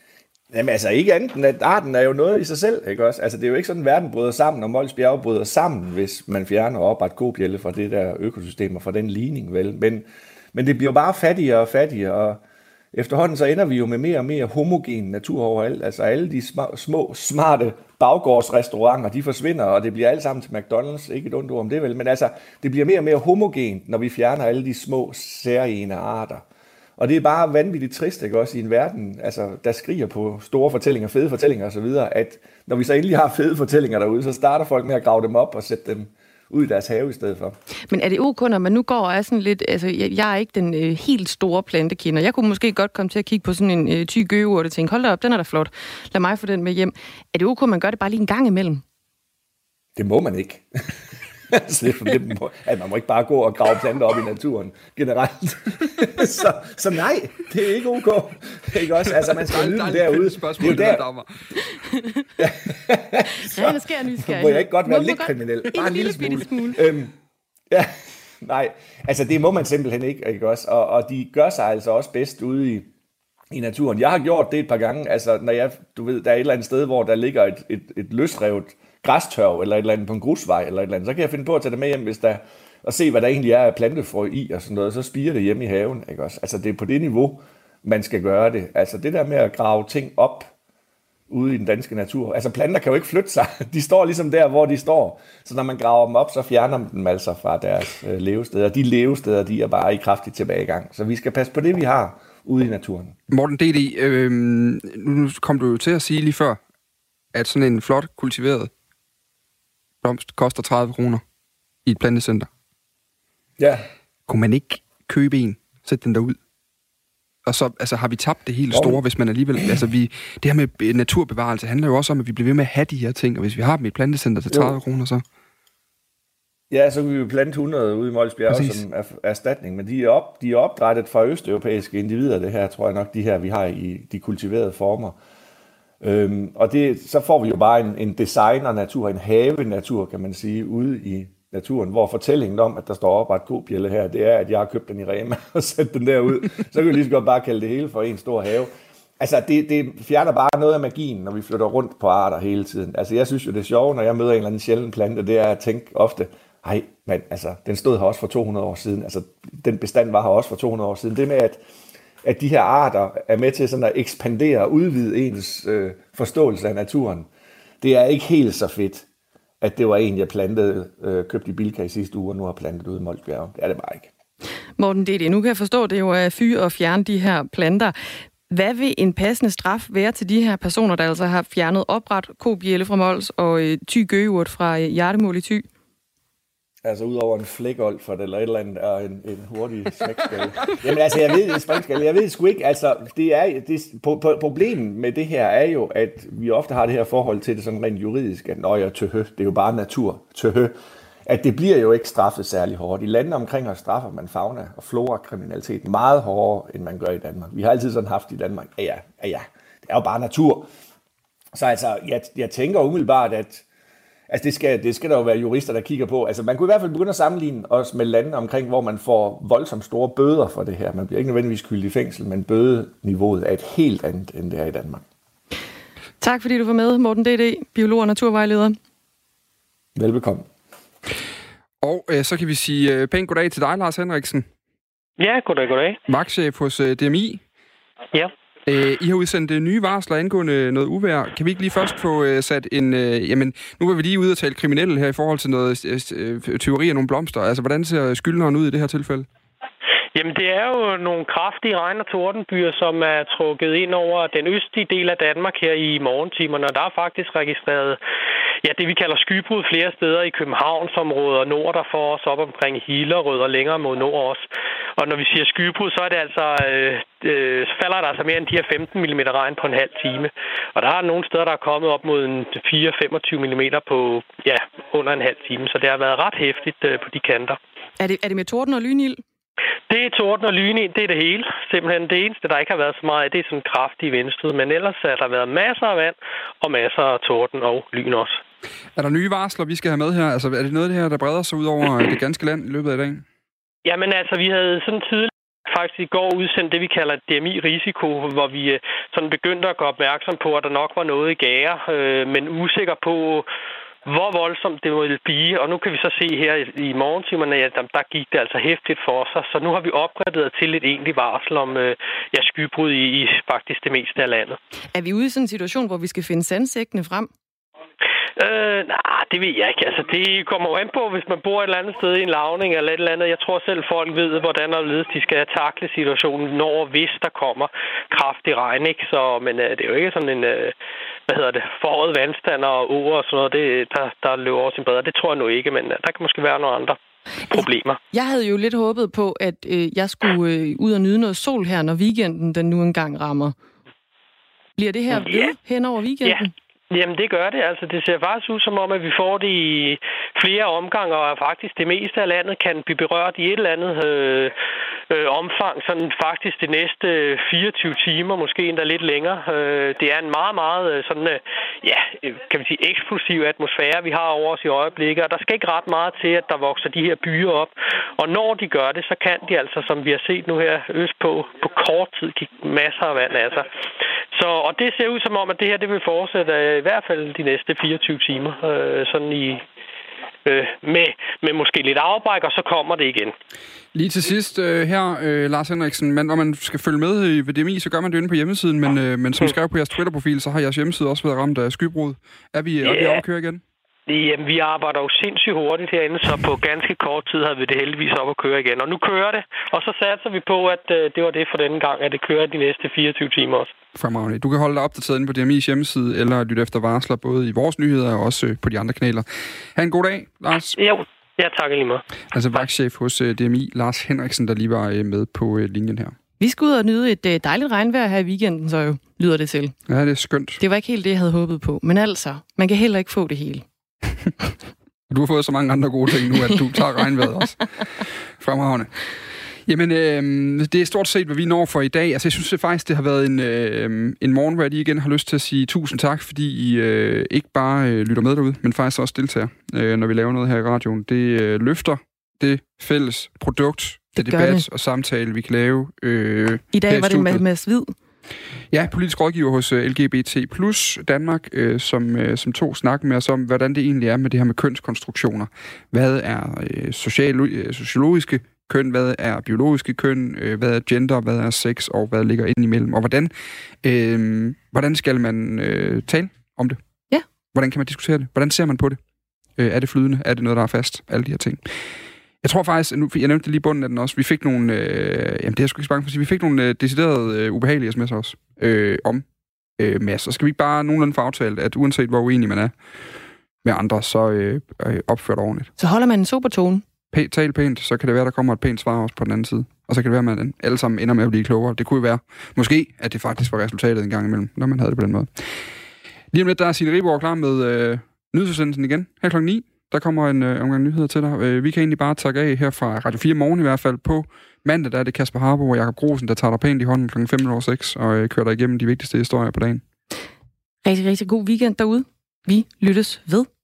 Jamen altså ikke andet end, at arten er jo noget i sig selv, ikke også? Altså det er jo ikke sådan, at verden bryder sammen, og Mols Bjerge bryder sammen, hvis man fjerner opret kobjælle fra det der økosystem og fra den ligning, vel? Men, men det bliver bare fattigere og fattigere, og efterhånden så ender vi jo med mere og mere homogen natur overalt. Altså alle de små, små smarte baggårdsrestauranter, de forsvinder, og det bliver alt sammen til McDonald's. Ikke et ondt ord om det, vel? Men altså, det bliver mere og mere homogent, når vi fjerner alle de små særlige arter. Og det er bare vanvittigt trist, ikke også, i en verden, altså, der skriger på store fortællinger, fede fortællinger osv., at når vi så endelig har fede fortællinger derude, så starter folk med at grave dem op og sætte dem ud i deres have i stedet for. Men er det ok, når man nu går og er sådan lidt, altså jeg, jeg er ikke den øh, helt store plantekender. Jeg kunne måske godt komme til at kigge på sådan en øh, Thy Gøgeurt og tænke, hold da op, den er da flot. Lad mig få den med hjem. Er det ok, man gør det bare lige en gang imellem? Det må man ikke. Så det må, at man må ikke bare gå og grave planter op i naturen generelt. så, så nej, det er ikke ok. Ikke også? Altså, man skal nyde derude. Spørgsmål, det er jo der. Ja, der sker nysgerrighed. Må jeg ikke godt være lidt kriminel? Bare en lille smule. smule. Øhm, ja, nej, altså det må man simpelthen ikke, ikke også? Og, og de gør sig altså også bedst ude i, i naturen. Jeg har gjort det et par gange. Altså, når jeg, du ved, der er et eller andet sted, hvor der ligger et, et, et løsrevet græstørv eller et eller andet på en grusvej eller et eller andet, så kan jeg finde på at tage det med hjem, hvis der, og se, hvad der egentlig er af plantefrø i og sådan noget, så spirer det hjemme i haven, ikke også? Altså, det er på det niveau, man skal gøre det. Altså, det der med at grave ting op ude i den danske natur. Altså, planter kan jo ikke flytte sig. De står ligesom der, hvor de står. Så når man graver dem op, så fjerner man dem altså fra deres øh, levesteder. De levesteder, de er bare i kraftig tilbagegang. Så vi skal passe på det, vi har ude i naturen. Morten D D, øh, nu kom du jo til at sige lige før, at sådan en flot kultiveret blomst koster tredive kroner i et plantecenter. Ja. Kunne man ikke købe en, sætte den derud? Og så altså, har vi tabt det helt store, hvis man alligevel... Altså, vi, det her med naturbevarelse handler jo også om, at vi bliver ved med at have de her ting, og hvis vi har dem i et plantecenter til tredive kroner, så... Ja, så kan vi jo plante hundrede ude i Mols Bjerge som erstatning, men de er, op, de er opdrættet fra østeuropæiske individer, det her, tror jeg nok, de her, vi har i de kultiverede former. Øhm, og det, så får vi jo bare en, en designer-natur, en have-natur, kan man sige, ude i naturen, hvor fortællingen om, at der står opret kobjælle her, det er, at jeg har købt den i Rema og sat den derud. Så kan vi lige så godt bare kalde det hele for en stor have. Altså, det, det fjerner bare noget af magien, når vi flytter rundt på arter hele tiden. Altså, jeg synes jo, det er sjovt, når jeg møder en eller anden sjælden plante, det er at tænke ofte, nej, men altså, den stod her også for to hundrede år siden. Altså, den bestand var her også for to hundrede år siden. Det med, at, at de her arter er med til sådan at ekspandere og udvide ens øh, forståelse af naturen, det er ikke helt så fedt, at det var en, jeg plantede, øh, købte i Bilka i sidste uge, og nu har plantet ude i Molsbjerg. Det er det bare ikke. Morten D D, nu kan jeg forstå, at det jo er fy at fjerne de her planter. Hvad vil en passende straf være til de her personer, der altså har fjernet opret, kobjælle fra Mols og øh, Thy gøgeurt fra øh, Hjertemål i Thy? Altså udover en flækold for det, eller et eller andet, og en, en hurtig smækskalle. Jamen altså, jeg ved springskalle, jeg ved sgu ikke, altså, det er, det, på, på, problemet med det her er jo, at vi ofte har det her forhold til det sådan rent juridisk, at nøj, tøhø, det er jo bare natur, tøhø, at det bliver jo ikke straffet særlig hårdt. I landene omkring os straffer man fauna og flora-kriminalitet meget hårdere, end man gør i Danmark. Vi har altid sådan haft i Danmark, ja, ja, ja, det er jo bare natur. Så altså, jeg, jeg tænker umiddelbart, at altså det skal, det skal der jo være jurister, der kigger på. Altså man kunne i hvert fald begynde at sammenligne os med lande omkring, hvor man får voldsomt store bøder for det her. Man bliver ikke nødvendigvis skyldig i fængsel, men bødeniveauet er et helt andet, end det er i Danmark. Tak fordi du var med, Morten D D, biolog og naturvejleder. Velbekomme. Og øh, så kan vi sige øh, pænt goddag til dig, Lars Henriksen. Ja, goddag, goddag. Vagtchef hos øh, D M I. Ja. Øh, I har udsendt øh, nye varsler angående noget uvejr. Kan vi ikke lige først få øh, sat en... Øh, jamen, nu var vi lige ude og tale kriminelle her i forhold til noget øh, tyveri af nogle blomster. Altså, hvordan ser skyldneren ud i det her tilfælde? Jamen, det er jo nogle kraftige regn- og tordenbyer, som er trukket ind over den østlige del af Danmark her i morgentimerne. Og der er faktisk registreret, ja, det vi kalder skybrud flere steder i Københavnsområdet og nord derfor også op omkring Hillerød og længere mod nord også. Og når vi siger skybrud, så er det altså, øh, øh, så falder der altså mere end de her femten millimeter regn på en halv time. Og der er nogle steder, der er kommet op mod en fire til femogtyve millimeter på, ja, under en halv time. Så det har været ret hæftigt øh, på de kanter. Er det, er det med torden og lynild? Det er torden og lyn, det er det hele. Simpelthen det eneste, der ikke har været så meget af, det er sådan kraftig vindstød. Men ellers har der været masser af vand og masser af torden og lyn også. Er der nye varsler, vi skal have med her? Altså, er det noget af det her, der breder sig ud over det ganske land i løbet af dagen? Jamen altså, vi havde sådan tidligere faktisk i går udsendt det, vi kalder D M I-risiko, hvor vi sådan begyndte at gå opmærksom på, at der nok var noget i gære, øh, men usikker på, hvor voldsomt det ville blive. Og nu kan vi så se her i morgentimerne, at der, der gik det altså hæftigt for sig. Så nu har vi opgraderet til et egentligt varsel om øh, ja, skybrud i, i faktisk det meste af landet. Er vi ude i sådan en situation, hvor vi skal finde sandsækkene frem? Øh, nej, det ved jeg ikke. Altså, det kommer jo an på, hvis man bor et eller andet sted i en lavning eller et eller andet. Jeg tror selv, folk ved, hvordan og ledes de skal takle situationen, når og hvis der kommer kraftig regn, ikke? Så, men øh, det er jo ikke sådan en, øh, hvad hedder det, forhøjet vandstand og åer og sådan noget, det, der, der løber over sin bedre. Det tror jeg nu ikke, men øh, der kan måske være nogle andre problemer. Jeg havde jo lidt håbet på, at øh, jeg skulle øh, ud og nyde noget sol her, når weekenden den nu engang rammer. Bliver det her ved ja. hen over weekenden? Ja. Jamen, det gør det. Altså, det ser faktisk ud som om, at vi får det i flere omgange, og faktisk det meste af landet kan blive berørt i et eller andet øh, øh, omfang, sådan faktisk de næste fireogtyve timer, måske endda lidt længere. Øh, det er en meget, meget sådan, øh, ja, kan vi sige, eksplosiv atmosfære, vi har over os i øjeblikket, og der skal ikke ret meget til, at der vokser de her byer op. Og når de gør det, så kan de altså, som vi har set nu her østpå, på kort tid kigge masser af vand af sig. Så, og det ser ud som om, at det her det vil fortsætte i hvert fald de næste fireogtyve timer, øh, sådan i, øh, med, med måske lidt afbræk, og så kommer det igen. Lige til sidst øh, her, øh, Lars Henriksen, men når man skal følge med ved D M I, så gør man det inde på hjemmesiden, men, øh, men som skrev på jeres Twitter-profil, så har jeres hjemmeside også været ramt af skybrud. Er vi, yeah. er vi oppe at køre igen? Jamen, vi arbejder jo sindssygt hurtigt herinde, så på ganske kort tid havde vi det heldigvis op at køre igen. Og nu kører det, og så satser vi på, at øh, det var det for denne gang, at det kører de næste fireogtyve timer også. Fremragende. Du kan holde dig opdateret inde på D M I's hjemmeside, eller lytte efter varsler, både i vores nyheder og også på de andre kanaler. Ha' en god dag, Lars. Jo, ja, tak lige meget. Altså vagtchef hos D M I, Lars Henriksen, der lige var med på linjen her. Vi skal ud og nyde et dejligt regnvejr her i weekenden, så jo lyder det til. Ja, det er skønt. Det var ikke helt det, jeg havde håbet på. Men altså, man kan heller ikke få det hele. Du har fået så mange andre gode ting nu, at du tager regnvejret også. Fremragende. Jamen, øh, det er stort set, hvad vi når for i dag. Altså, jeg synes det faktisk, det har været en, øh, en morgen, hvor jeg lige igen har lyst til at sige tusind tak, fordi I øh, ikke bare øh, lytter med derude, men faktisk også deltager, øh, når vi laver noget her i radioen. Det øh, løfter det fælles produkt, det, det debat det. og samtale, vi kan lave. Øh, I dag var det med Mads Hvid. Ja, politisk rådgiver hos L G B T plus Danmark, øh, som, øh, som tog snak med os om, hvordan det egentlig er med det her med kønskonstruktioner. Hvad er øh, social, øh, sociologiske køn, hvad er biologiske køn, øh, hvad er gender, hvad er sex, og hvad ligger ind imellem, og hvordan, øh, hvordan skal man øh, tale om det? Ja. Hvordan kan man diskutere det? Hvordan ser man på det? Øh, er det flydende? Er det noget, der er fast? Alle de her ting. Jeg tror faktisk, nu, jeg nævnte det lige i bunden af den også, vi fik nogle, øh, jamen det er jeg sgu ikke så bange for at sige, vi fik nogle øh, deciderede øh, ubehagelige sms'er også, øh, om øh, masser. Så skal vi ikke bare nogenlunde få aftalt, at uanset hvor uenig man er med andre, så øh, øh, opfører det ordentligt. Så holder man en sober tone. P- tal pænt, så kan det være, der kommer et pænt svar også på den anden side. Og så kan det være, at man alle sammen ender med at blive klogere. Det kunne jo være, måske, at det faktisk var resultatet en gang imellem, når man havde det på den måde. Lige om lidt, der er Signe Riborg klar med øh, nyhedsudsendelsen igen, her klokken ni. Der kommer en øh, omgang nyheder til dig. Øh, vi kan egentlig bare takke af her fra Radio fire Morgen i hvert fald. På mandag, der er det Kasper Harbo og Jakob Grosen, der tager dig pænt i hånden klokken fem over seks og øh, kører dig igennem de vigtigste historier på dagen. Rigtig, rigtig god weekend derude. Vi lyttes ved.